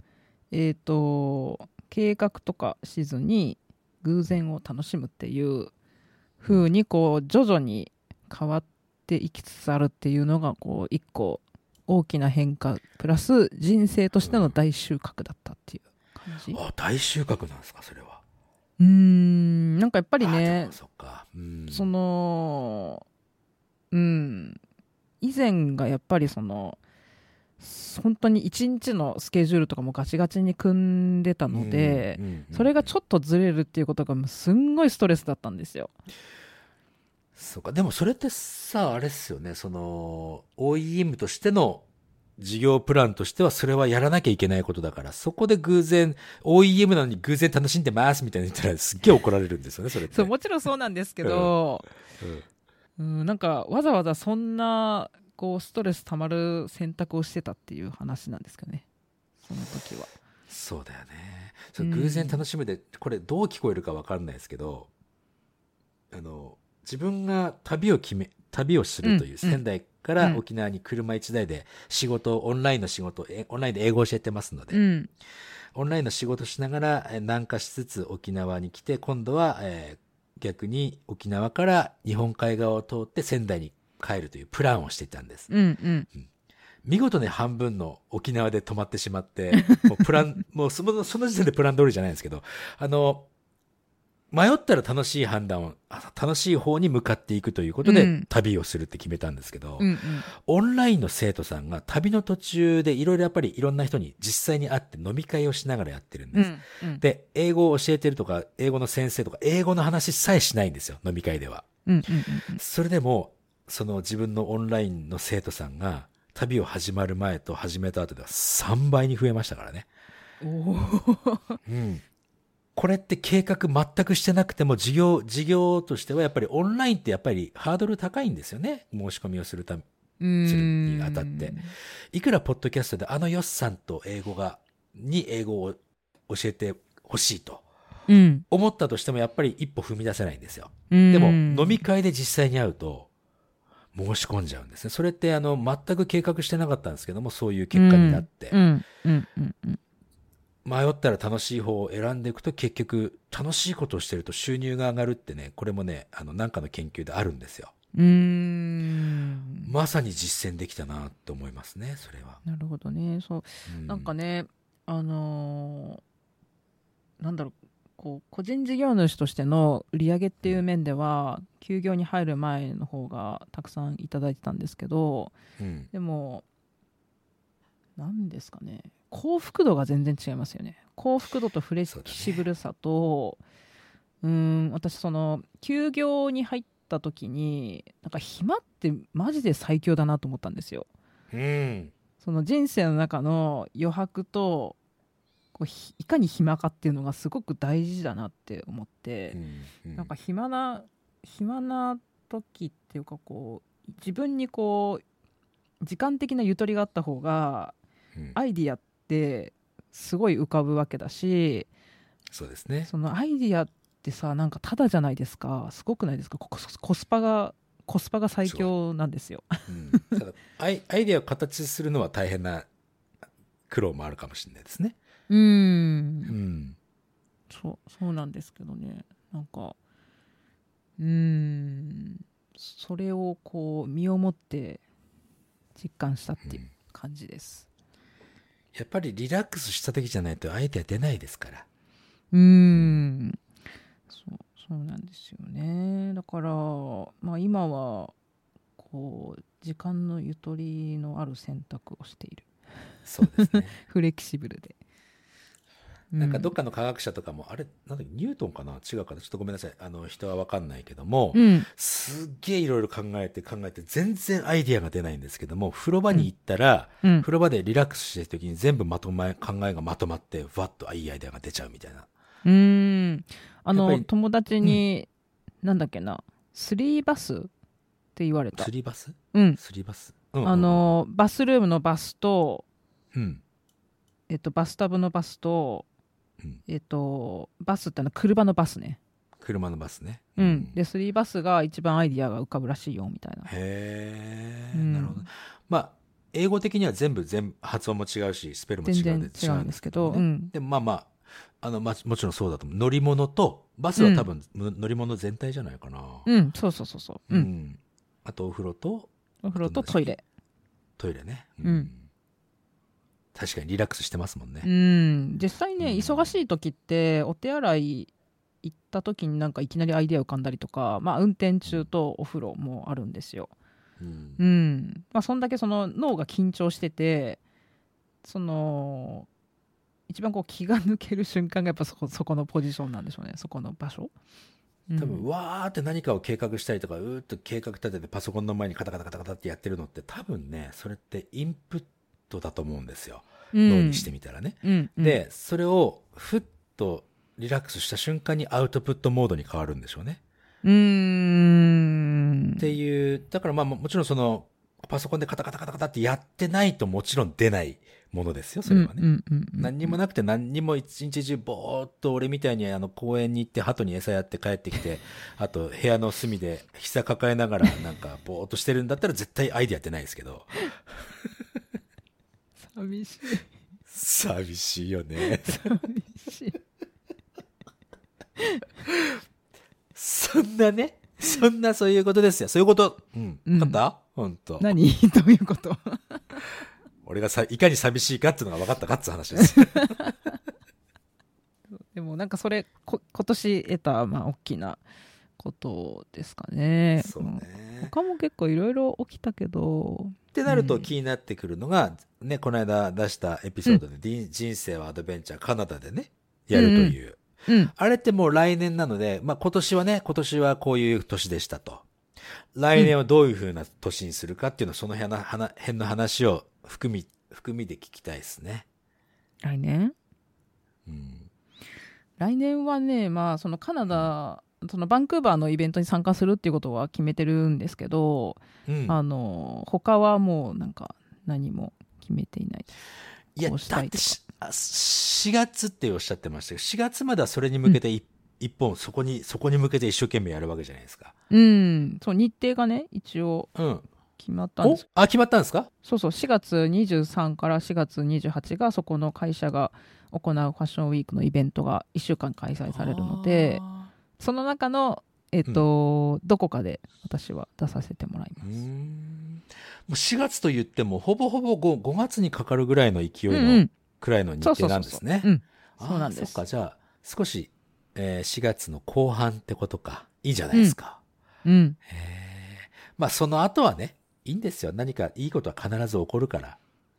計画とかしずに偶然を楽しむっていう風にこう徐々に変わっていきつつあるっていうのがこう一個大きな変化プラス人生としての大収穫だったっていう感じ。 大収穫なんですかそれは。 なんかやっぱりね、その以前がやっぱりその本当に一日のスケジュールとかもガチガチに組んでたので、それがちょっとずれるっていうことがすんごいストレスだったんですよ。 そうか。でもそれってさ、あれっすよね。その OEM としての事業プランとしてはそれはやらなきゃいけないことだから、そこで偶然 OEM なのに偶然楽しんでますみたいな言ったらすっげえ怒られるんですよね。それって。 そう、もちろんそうなんですけど、なんかわざわざそんなこうストレスたまる選択をしてたっていう話なんですけどね、その時は。 そうだよね。それ偶然楽しむで、これどう聞こえるか分かんないですけど、自分が旅をするという、仙台から沖縄に車1台でオンラインで英語を教えてますので、オンラインの仕事しながら南下しつつ沖縄に来て、今度は、逆に沖縄から日本海側を通って仙台に帰るというプランをしていたんです。見事に半分の沖縄で止まってしまって、もうその時点でプラン通りじゃないんですけど、迷ったら楽しい方に向かっていくということで旅をするって決めたんですけど、オンラインの生徒さんが旅の途中でいろいろやっぱりいろんな人に実際に会って飲み会をしながらやってるんです。で、英語を教えてるとか、英語の先生とか、英語の話さえしないんですよ、飲み会では。それでも、その自分のオンラインの生徒さんが、 旅を始まる前と始めた後では3倍に増えましたからね。うん。これって計画全くしてなくても事業としてはやっぱりオンラインってやっぱりハードル高いんですよね。申し込みをするにあたって。いくらポッドキャストでヨッさんと英語を教えてほしいと思ったとしてもやっぱり一歩踏み出せないんですよ。でも飲み会で実際に会うと申し込んじゃうんですね。それって全く計画してなかったんですけども、そういう結果になって。迷ったら楽しい方を選んでいくと結局楽しいことをしてると収入が上がるってね、これもね、なんかの研究であるんですよ。まさに実践できたなと思いますね、それは。 なるほどね。そう。なんかね、なんだろう、こう個人事業主としての売り上げっていう面では休業に入る前の方がたくさんいただいてたんですけど、でも何ですかね、幸福度が全然違いますよね。幸福度とフレキシブルさと、私その休業に入った時になんか暇ってマジで最強だなと思ったんですよ。その人生の中の余白とこういかに暇かっていうのがすごく大事だなって思って、なんか暇な時っていうか、こう自分にこう時間的なゆとりがあった方がアイディアってすごい浮かぶわけだし、 そうですね。 そのアイディアってさ、なんかタダじゃないですか。すごくないですか。コスパが最強なんですよ。 ただアイディアを形するのは大変な苦労もあるかもしれないですね。 そうなんですけどね。なんかそれをこう身をもって実感したっていう感じです。 やっぱりリラックスした時じゃないとアイデア出ないですから。 そうなんですよね。だから、まあ、今はこう時間のゆとりのある選択をしている。 そうですね。 フレキシブルで。 なんかどっかの科学者とかも、あれなんだっけ、ニュートンかな、違うかな、ちょっとごめんなさい、人は分かんないけども、すっげえいろいろ考えて全然アイディアが出ないんですけども、風呂場に行ったら、風呂場でリラックスしてる時に全部考えがまとまってわっといいアイデアが出ちゃうみたいな。 友達に、なんだっけな、スリーバスって言われた。 スリーバス？スリーバス。 バスルームのバスと、バスタブのバスと、バスって車のバスね。 車のバスね。 でスリーバスが一番アイディアが浮かぶらしいよみたいな。 へえ、なるほど。まあ英語的には全部発音も違うしスペルも違うんですけど、でももちろんそうだと思う。乗り物とバスは多分、乗り物全体じゃないかな。 そう。 あとお風呂とトイレね。確かにリラックスしてますもんね。 実際ね、忙しい時ってお手洗い行った時になんかいきなりアイデア浮かんだりとか、運転中とお風呂もあるんですよ。そんだけその脳が緊張してて、その一番こう気が抜ける瞬間がやっぱそこのポジションなんでしょうね、そこの場所。 多分わーって何かを計画したりとか、っと計画立ててパソコンの前にカタカタってやってるのって多分ね、それってインプットだと思うんですよ、脳にしてみたらね。でそれをふっとリラックスした瞬間にアウトプットモードに変わるんでしょうね。っていう、だからもちろんそのパソコンでカタカタってやってないともちろん出ないものですよ、それはね。何にもなくて何にも一日中ぼーっと俺みたいに公園に行って鳩に餌やって帰ってきて、あと部屋の隅で膝抱えながらなんかぼーっとしてるんだったら絶対アイディア出ないですけど。寂しいよね。 寂しい。 そういうことですよ。そういうこと。分かった？本当。 何？どういうこと？ 俺がいかに寂しいかっていうのが分かったかって話です。 でもなんかそれ今年得た大きなことですかね。 そうね。 他も結構いろいろ起きたけど。 ってなると気になってくるのがね、この間出したエピソードで、人生はアドベンチャーカナダでねやるという。あれってもう来年なので、今年はこういう年でしたと。 来年はどういう風な年にするかっていうのを、その辺の話を含みで聞きたいですね。 来年、来年はね、まあ、そのカナダ、そのバンクーバーのイベントに参加するっていうことは決めてるんですけど、他はもうなんか何も決めていない。 いや、だって4月っておっしゃってましたけど、4月まではそれに向けて一本、そこに向けて一生懸命やるわけじゃないですか。 そう、日程がね、一応決まったんです。 決まったんですか？ そうそう、4月23から4月28がそこの会社が行うファッションウィークのイベントが1週間開催されるので、その中の、どこかで私は出させてもらいます。 もう4月と言ってもほぼほぼ 5月にかかるぐらいの勢いのくらいの日程なんですね。 そうなんです。 そっか、じゃあ少し、4月の後半ってことか。いいじゃないですか。まあその後はね、いいんですよ。何かいいことは必ず起こるから。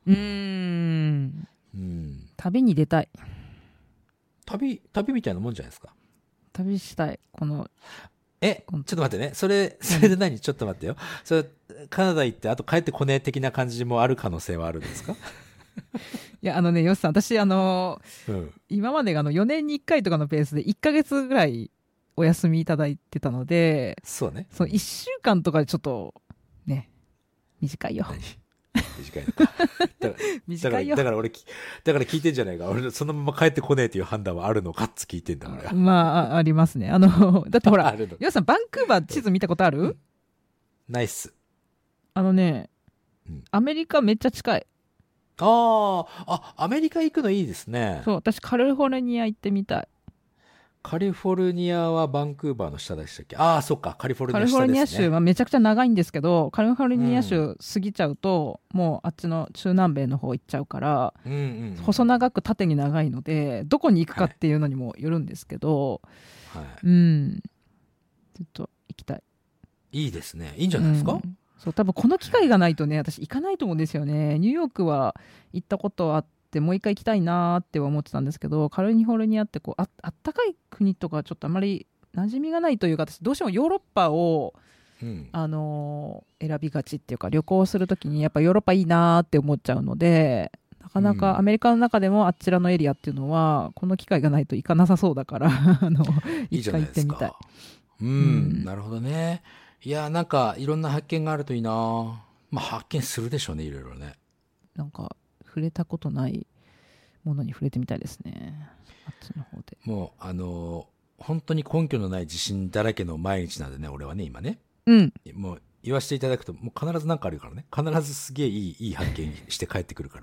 旅に出たい。 旅みたいなもんじゃないですか。 旅したい。ちょっと待ってね。それで何？ちょっと待ってよ。それ、カナダ行って、あと帰ってこねえ的な感じもある可能性はあるんですか？ いや、ヨシさん、私、今までが4年に1回とかのペースで1ヶ月ぐらいお休みいただいてたので、 そうね。 1週間とかでちょっと、ね、短いよ。 短いのか。 短いよ。 だから聞いてんじゃないか。俺、そのまま帰ってこねえという判断はあるのかって聞いてんだ、俺は。 まあ、ありますね。だってほら、ヨシさん、バンクーバー地図見たことある？ ナイス。 アメリカめっちゃ近い。 アメリカ行くのいいですね。 そう、私カリフォルニア行ってみたい。 カリフォルニアはバンクーバーの下でしたっけ？そっか、カリフォルニア下ですね。 カリフォルニア州はめちゃくちゃ長いんですけど、カリフォルニア州過ぎちゃうと、もうあっちの中南米の方行っちゃうから、細長く縦に長いので、どこに行くかっていうのにもよるんですけど、ちょっと行きたい。 いいですね。いいんじゃないですか？ そう、多分この機会がないとね、私行かないと思うんですよね。ニューヨークは行ったことあって、もう一回行きたいなーって思ってたんですけど、カリフォルニアってあったかい国とかちょっとあまり馴染みがないというか、私どうしてもヨーロッパを、選びがちっていうか、旅行するときにやっぱヨーロッパいいなーって思っちゃうので、なかなかアメリカの中でもあちらのエリアっていうのは、この機会がないと行かなさそうだから一回行ってみたい。 なるほどね。いや、なんか、いろんな発見があるといいな。まあ、発見するでしょうね、いろいろね。 なんか、触れたことないものに触れてみたいですね。あっちの方で。 もう、本当に根拠のない自信だらけの毎日なんでね、俺はね、今ね。もう、言わせていただくと、もう必ずなんかあるからね。必ずすげえいい発見して帰ってくるから。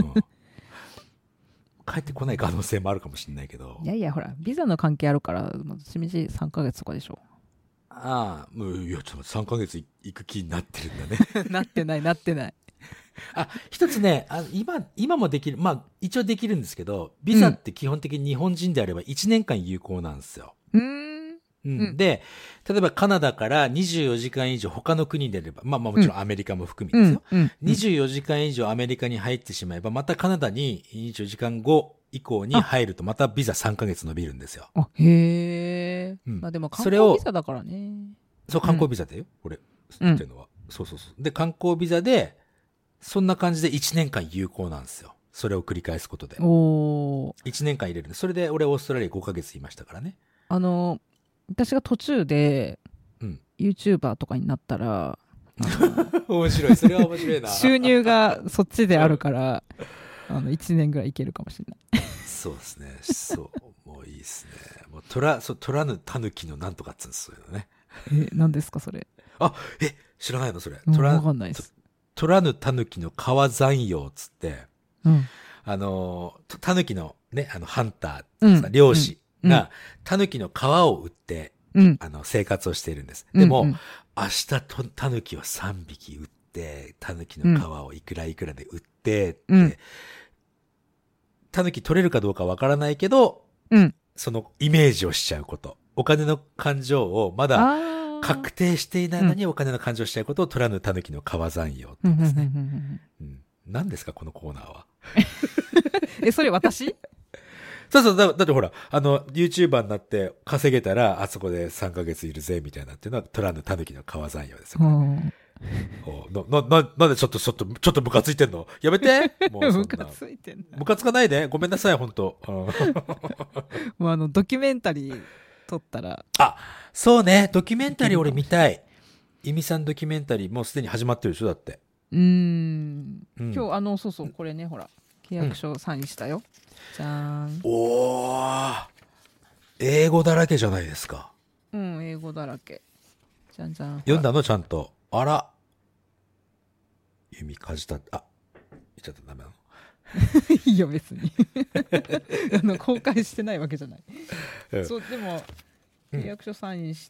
帰ってこない可能性もあるかもしれないけど。 いやいや、ほら、ビザの関係あるから、しみじ3ヶ月とかでしょ。 もう、いや、ちょっと3ヶ月行く気になってるんだね。 なってない。 一つね、今もできる、まあ、一応できるんですけど、ビザって基本的に日本人であれば1年間有効なんですよ。で、例えばカナダから24時間以上他の国であれば、まあもちろんアメリカも含みですよ。24時間以上アメリカに入ってしまえば、またカナダに24時間後以降に入ると、またビザ3ヶ月伸びるんですよ。 へー。まあでも観光ビザだからね。 そう、観光ビザだよ、俺、言ってるのは。そう。で、観光ビザで、そんな感じで1年間有効なんですよ。それを繰り返すことで。1年間入れるんで。それで俺オーストラリア5ヶ月いましたからね。 私が途中で、YouTuber とかになったら、 面白い。それは面白いな。 収入がそっちであるから、1年ぐらいいけるかもしれない。 そうですね。そう。もういいですね。もう取らぬ狸のなんとかっつうんですよね。 何ですか、それ。 知らないのそれ。 わかんないです。 取らぬ狸の川山陽っつって、狸のね、ハンター、漁師が、狸の皮を売って、生活をしているんです。でも、明日狸を3匹売って、狸の皮をいくらで売って、狸取れるかどうかわからないけど、そのイメージをしちゃうこと。お金の感情をまだ確定していないのにお金の感情をしちゃうことを取らぬ狸の川山陽って言うんですね。何ですかこのコーナーは。 それ私そうそう、だってほら、YouTuber になって稼げたら、あそこで3ヶ月いるぜ、みたいなっていうのは、トランのタヌキの川山用ですよ。なんでちょっとムカついてんのやめてもうそんな。 ムカついてんだ。 ムカつかないで。ごめんなさい、本当もうドキュメンタリー撮ったら。 あ、そうね。ドキュメンタリー俺見たい。イミさんドキュメンタリーもうすでに始まってるでしょだって。 今日そうそう、これね、ほら、契約書サインしたよ。じゃーん。 おー。英語だらけじゃないですか。 うん、英語だらけ。じゃんじゃん。 読んだのちゃんと。あら。弓かじた。あ、言っちゃったらダメなのいいよ、別に。公開してないわけじゃない。そう、でも、契約書サインして、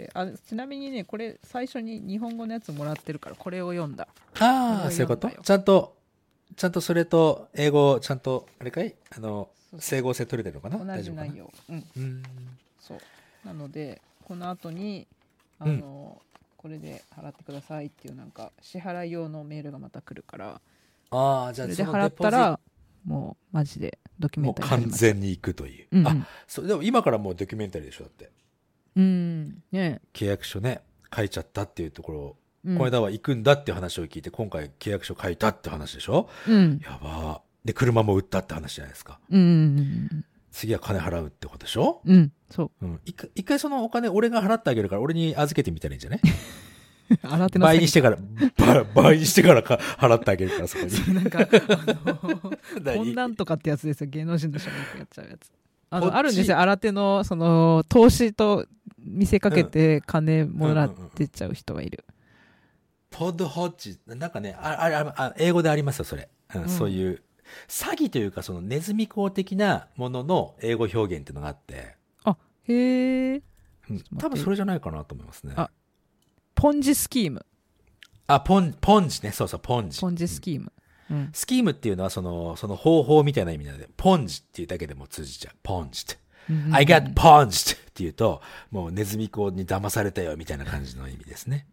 ちなみにね、これ最初に日本語のやつもらってるから、これを読んだ。 ああ、そういうこと？ちゃんとそれと英語、ちゃんと、あれかい整合性取れてるのかな？ 同じ内容。そう。なので、この後に、これで払ってくださいっていうなんか、支払い用のメールがまた来るから、 じゃあそれで払ったら、もうマジでドキュメンタリー。 もう完全に行くという。でも今からもうドキュメンタリーでしょだって。 ね。 契約書ね、書いちゃったっていうところを、この間は行くんだっていう話を聞いて、今回契約書書いたって話でしょやばー。で、車も売ったって話じゃないですか。次は金払うってことでしょそう。 一回そのお金俺が払ってあげるから、俺に預けてみたらいいんじゃない倍にしてから払ってあげるから、そこに。 なんか、こんなんとかってやつですよ。芸能人の人がよくやっちゃうやつ。あるんですよ。新手の、投資と見せかけて金もらってっちゃう人がいる。 ポッドホッチ、なんかね、英語でありますよ、それ。そういう、詐欺というか、そのネズミ講的なものの英語表現っていうのがあって。 へえ。 多分それじゃないかなと思いますね。 ポンジスキーム。 ポンジね。そうそう、ポンジ。 ポンジスキーム。 スキームっていうのはその方法みたいな意味なので、ポンジっていうだけでも通じちゃう。ポンジって。I got punched っていうと、もうネズミ講に騙されたよみたいな感じの意味ですね。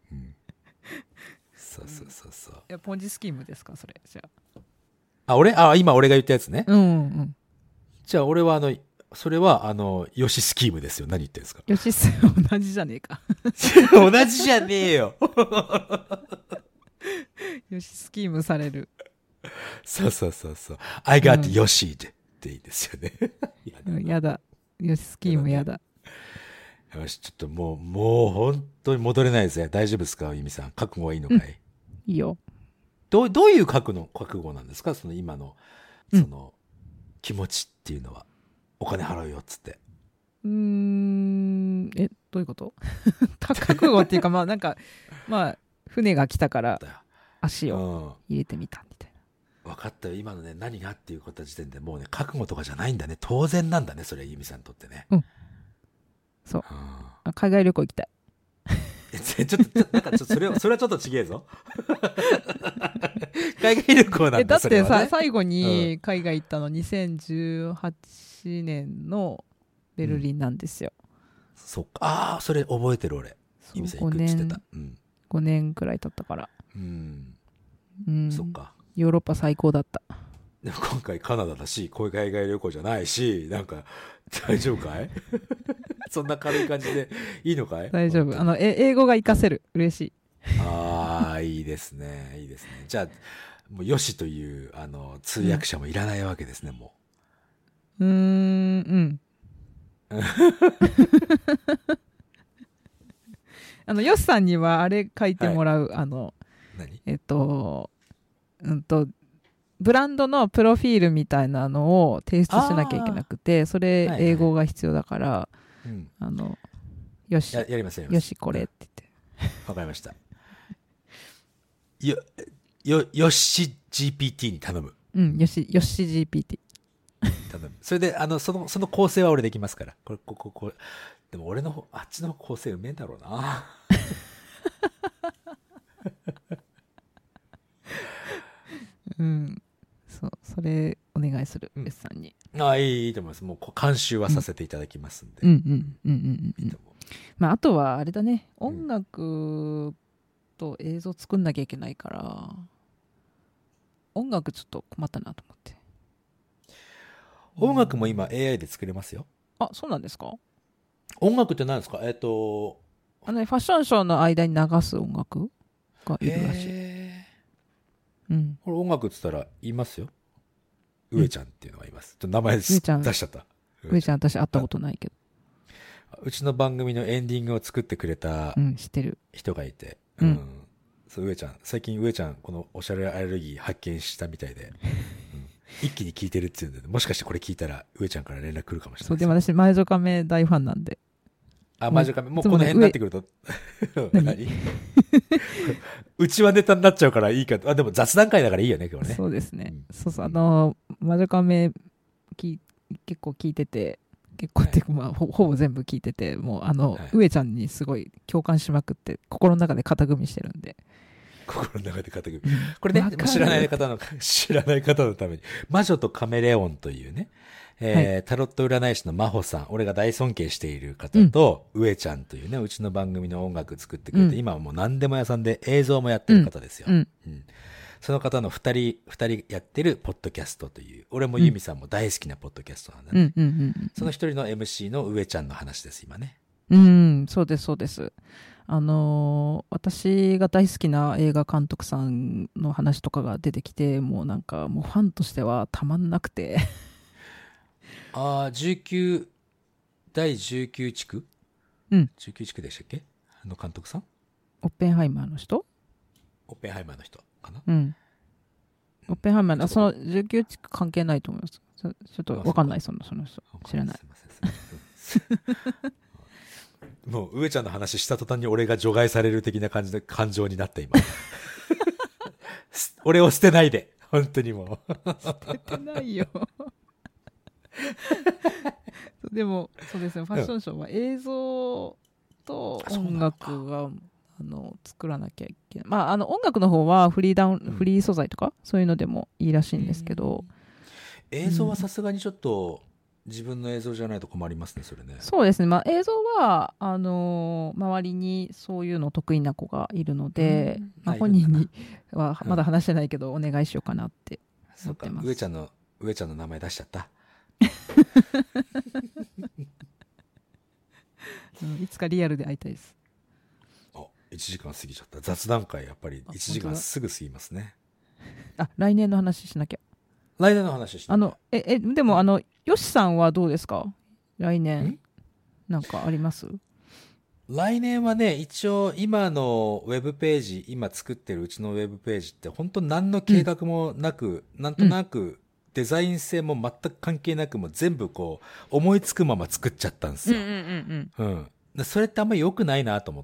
そう。 いや、ポンジスキームですか、それ。じゃ今俺が言ったやつね。じゃあ俺はそれはヨシスキームですよ。何言ってんですか？ ヨシス、同じじゃねえか。 同じじゃねえよ。 ヨシスキームされる。 そう。I got Yoshi っていいですよね。 やだ。ヨシスキームやだ。 よし、ちょっともう本当に戻れないですね。大丈夫ですか、ゆみさん。覚悟はいいのかい？ いいよ。 どういう覚悟なんですか？その今の、気持ちっていうのは。お金払うよっつって。 どういうこと覚悟っていうか、船が来たから足を入れてみたみたいな。分かったよ。今のね、何がっていうこと時点でもうね、覚悟とかじゃないんだね。当然なんだね、それ、ゆみさんにとってね。 そう。海外旅行行きたい。 それはちょっとちげえぞ。海外旅行なんだ。 だってさ、最後に海外行ったの2018年のベルリンなんですよ。 そっか。それ覚えてる俺。ゆみさん行くって言ってた。 5年くらい経ったから。 そっか。 ヨーロッパ最高だった。 でも今回カナダだし、海外旅行じゃないし、なんか、大丈夫かい？そんな軽い感じでいいのかい？ 大丈夫。英語が活かせる。嬉しい。 いいですね。いいですね。じゃあ、もうよしという、通訳者もいらないわけですね、もう。 よしさんにはあれ書いてもらう、 何？ ブランドのプロフィールみたいなのを提出しなきゃいけなくて、それ英語が必要だから、よし、 やりますよしこれって言って。 わかりました。よし GPT に頼む。 よし GPT。 頼む。それで、その構成は俺できますから。これ。でも俺のあっちの構成うめえんだろうな。 それお願いする、S さんに。 いいと思います。もう監修はさせていただきますんで。 あとはあれだね、音楽と映像作んなきゃいけないから、音楽ちょっと困ったなと思って。 音楽も今 AI で作れますよ。 あ、そうなんですか？ 音楽って何ですか？ファッションショーの間に流す音楽がいるらしい。 うん。これ音楽って言ったら言いますよ。上ちゃんっていうのがいます。名前出しちゃった。 上ちゃん私会ったことないけど。 うちの番組のエンディングを作ってくれた人がいて、そう、上ちゃん。最近上ちゃん、このおしゃれアレルギー発見したみたいで、一気に聞いてるっていうんで、もしかしてこれ聞いたら上ちゃんから連絡来るかもしれない。 そう、でも私、魔女亀大ファンなんで。 魔女亀、もうこの辺になってくると、何うちはネタになっちゃうからいいか。でも雑談会だからいいよね、今日ね。 そうですね。そうそう、魔女亀、結構聞いてて、結構っていうか、まあ、ほぼ全部聞いてて、もう、上ちゃんにすごい共感しまくって、心の中で肩組みしてるんで。 心の中で肩組み。これね、知らない方のために、魔女とカメレオンというね、タロット占い師の真帆さん、俺が大尊敬している方と、上ちゃんというね、うちの番組の音楽作ってくれて、今はもう何でも屋さんで映像もやってる方ですよ。その方の二人やってるポッドキャストという、俺もユミさんも大好きなポッドキャストなんだね。その一人の MC の上ちゃんの話です、今ね。 そうです、そうです。私が大好きな映画監督さんの話とかが出てきて、もうなんか、もうファンとしてはたまんなくて。 第19地区19地区でしたっけ？監督さん？ オッペンハイマーの人かな？オッペンハイマーの、その19地区関係ないと思います。ちょっとわかんない、その人。知らない。 もう上ちゃんの話した途端に俺が除外される的な感じの感情になった今。俺を捨てないで、本当にもう。 捨ててないよ。でもそうですね、ファッションショーは映像と音楽は作らなきゃいけない。まあ音楽の方はフリー素材とかそういうのでもいいらしいんですけど、 映像はさすがにちょっと自分の映像じゃないと困りますね、それね。 そうですね、まあ映像は周りにそういうの得意な子がいるので、本人にはまだ話してないけど、お願いしようかなって思ってます。 上ちゃんの名前出しちゃった。 いつかリアルで会いたいです。 1時間過ぎちゃった。雑談会やっぱり1時間すぐ過ぎますね。 来年の話しなきゃ。 来年の話しなきゃ。 でもよしさんはどうですか？来年なんかあります？ 来年はね、一応今のウェブページ、今作ってるうちのウェブページって本当何の計画もなく、なんとなくデザイン性も全く関係なく、もう全部こう思いつくまま作っちゃったんですよ。それってあんまり良くないなと思って、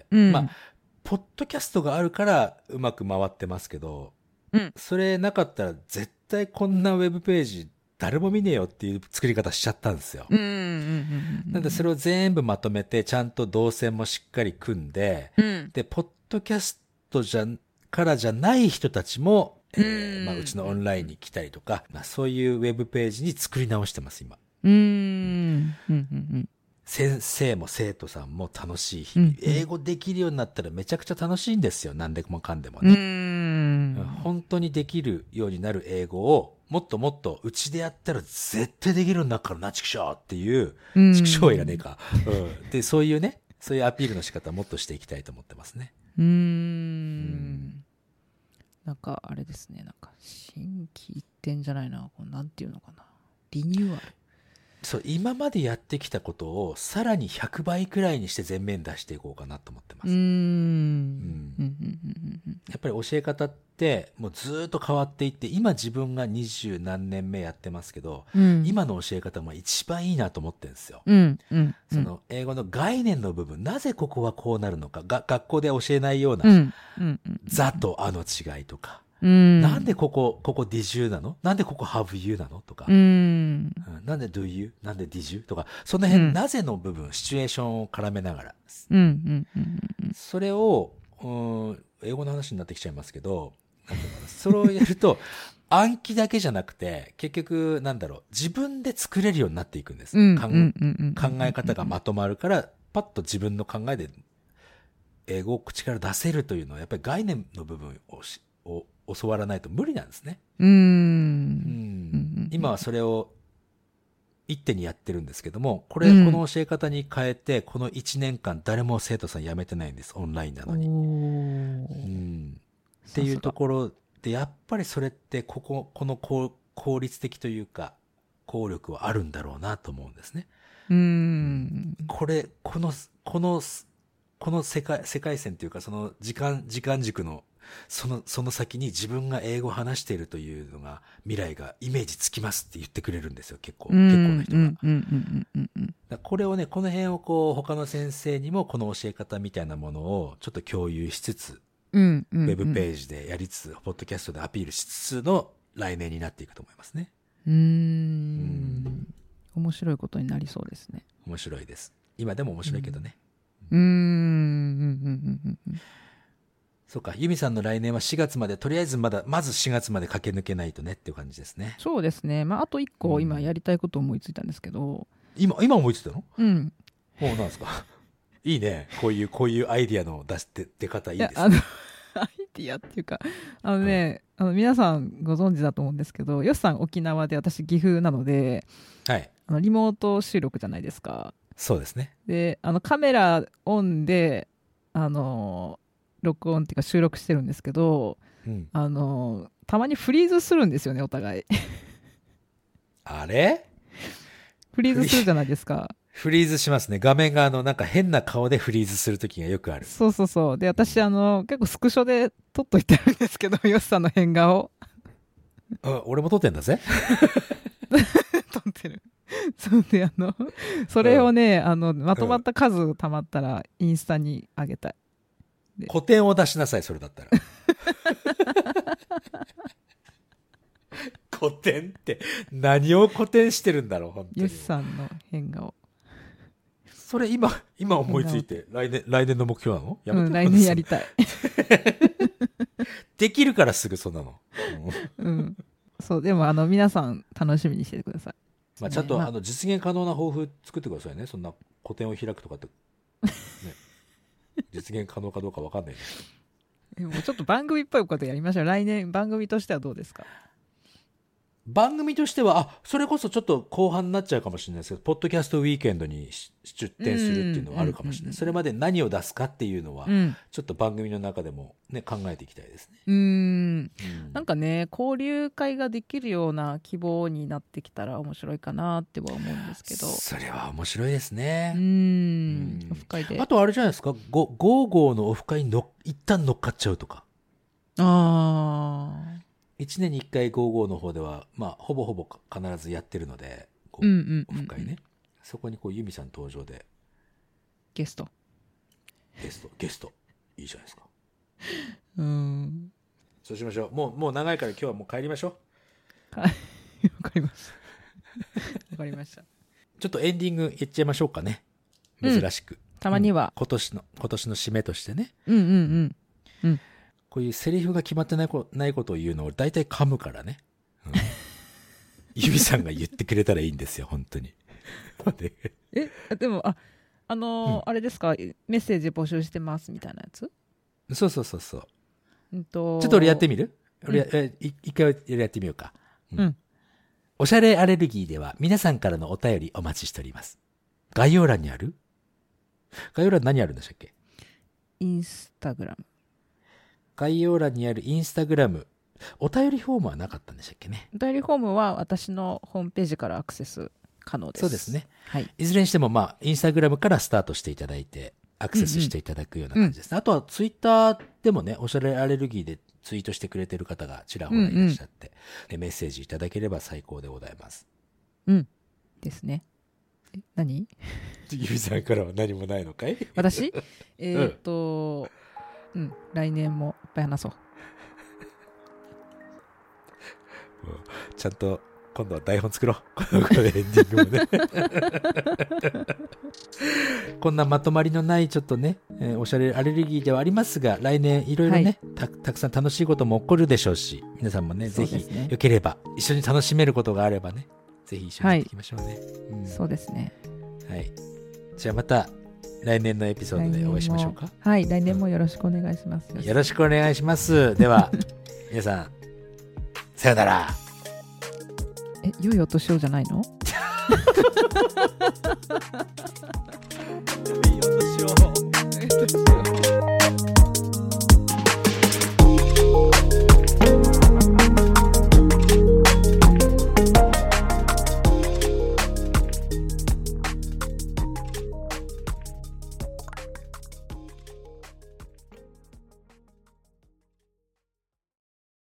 まあポッドキャストがあるからうまく回ってますけど、それなかったら絶対こんなウェブページ誰も見ねえよっていう作り方しちゃったんですよ。なんでそれを全部まとめてちゃんと動線もしっかり組んで、でポッドキャストからじゃない人たちも、うちのオンラインに来たりとか、そういうウェブページに作り直してます今。先生も生徒さんも楽しい日々、英語できるようになったらめちゃくちゃ楽しいんですよ。何でもかんでもね。本当にできるようになる英語をもっともっとうちでやったら絶対できるんだからな、ちくしょうっていう、ちくしょういらねえか。で、そういうね、そういうアピールの仕方をもっとしていきたいと思ってますね。 なんかあれですね、なんか心機一転じゃないな、なんていうのかな、リニューアル。 そう、今までやってきたことをさらに100倍くらいにして全面出していこうかなと思ってます。やっぱり教え方ってもうずっと変わっていって、今自分が20何年目やってますけど、今の教え方も一番いいなと思ってるんですよ。その英語の概念の部分、なぜここはこうなるのか、学校で教えないような、ザとあの違いとか、なんでここ did you なの？なんでここ have you なの？とか、なんで do you？ なんで did you？ とか、その辺、なぜの部分、シチュエーションを絡めながら、それを、英語の話になってきちゃいますけど、それをやると、暗記だけじゃなくて、結局、自分で作れるようになっていくんです。考え方がまとまるから、パッと自分の考えで、英語を口から出せるというのは、やっぱり概念の部分を教わらないと無理なんですね。今はそれを一手にやってるんですけども、この教え方に変えて、この1年間誰も生徒さん辞めてないんです。オンラインなのに。っていうところで、やっぱりそれってこの効率的というか、効力はあるんだろうなと思うんですね。この世界線というか、その時間軸のその先に自分が英語を話しているというのが未来がイメージつきますって言ってくれるんですよ。結構な人が。これをね、この辺を他の先生にもこの教え方みたいなものをちょっと共有しつつ、ウェブページでやりつつ、ポッドキャストでアピールしつつの来年になっていくと思いますね。 面白いことになりそうですね。 面白いです。今でも面白いけどね。そうか、ユミさんの来年は4月まで、とりあえずまず4月まで駆け抜けないとねっていう感じですね。 そうですね。あと1個今やりたいこと思いついたんですけど。 今思いついたの？もうなんですか。いいね。こういうアイディアの出方いいですね。 アイディアっていうか、皆さんご存知だと思うんですけど、ヨシさん沖縄で私岐阜なので、 はい。 リモート収録じゃないですか。 そうですね。 で、カメラオンで、録音っていうか収録してるんですけど、たまにフリーズするんですよね、お互い。 あれ？ フリーズするじゃないですか。 フリーズしますね。画面がなんか変な顔でフリーズするときがよくある。 そう。で、私結構スクショで撮っといてるんですけど、ヨシさんの変顔。 俺も撮ってんだぜ。 撮ってる。そうで、それをね、まとまった数たまったらインスタに上げたい。 古典を出しなさい、それだったら。古典って何を古典してるんだろう、本当に。 ヨシさんの変顔。 それ今思いついて来年の目標なの？ 来年やりたい。 できるからすぐそんなの。 そう、でも皆さん楽しみにしててください。 ちゃんと実現可能な抱負作ってくださいね。そんな古典を開くとかって、ね、実現可能かどうか分かんないです。 もうちょっと番組っぽいことやりましょう。来年番組としてはどうですか？ 番組としては、それこそちょっと後半になっちゃうかもしれないですけど、ポッドキャストウィーケンドに出展するっていうのはあるかもしれない。それまで何を出すかっていうのは、ちょっと番組の中でもね、考えていきたいですね。 なんかね、交流会ができるような希望になってきたら面白いかなっては思うんですけど。 それは面白いですね。 オフ会で。 あとあれじゃないですか、ゴーゴーのオフ会に一旦乗っかっちゃうとか。1年に1回55の方では、ほぼ必ずやってるので、オフ会ね。そこにユミさん登場で。 ゲスト。 いいじゃないですか。そうしましょう。もう長いから今日はもう帰りましょう。わかりました。わかりました。 ちょっとエンディングいっちゃいましょうかね。珍しく。 たまには。 今年の締めとしてね。こういうセリフが決まってないことを言うのを大体噛むからね。ユミさんが言ってくれたらいいんですよ、本当に。 でも、あれですか、メッセージ募集してますみたいなやつ？ そう。ちょっと俺やってみる？一回やってみようか。おしゃれアレルギーでは皆さんからのお便りお待ちしております。概要欄にある？概要欄何あるんでしたっけ？ インスタグラム。 概要欄にあるインスタグラム。お便りフォームはなかったんでしたっけね。 お便りフォームは私のホームページからアクセス可能です。 そうですね。 はい。 いずれにしてもインスタグラムからスタートしていただいて、アクセスしていただくような感じです。あとはツイッターでもね、おしゃれアレルギーでツイートしてくれてる方がちらほらいらっしゃって、メッセージいただければ最高でございます。 ですね。何？ ゆみさんからは何もないのかい？ 私？来年もいっぱい話そう。 ちゃんと今度は台本作ろう。これエンディングもね。こんなまとまりのないちょっとね、おしゃれアレルギーではありますが、来年いろいろね、たくさん楽しいことも起こるでしょうし、皆さんもね、ぜひよければ一緒に楽しめることがあればね、ぜひ一緒にやっていきましょうね。 そうですね。 はい。じゃあまた来年のエピソードでお会いしましょうか。 はい、来年もよろしくお願いします。 よろしくお願いします。では皆さんさよなら。 良いお年をじゃないの？ いい音しよう。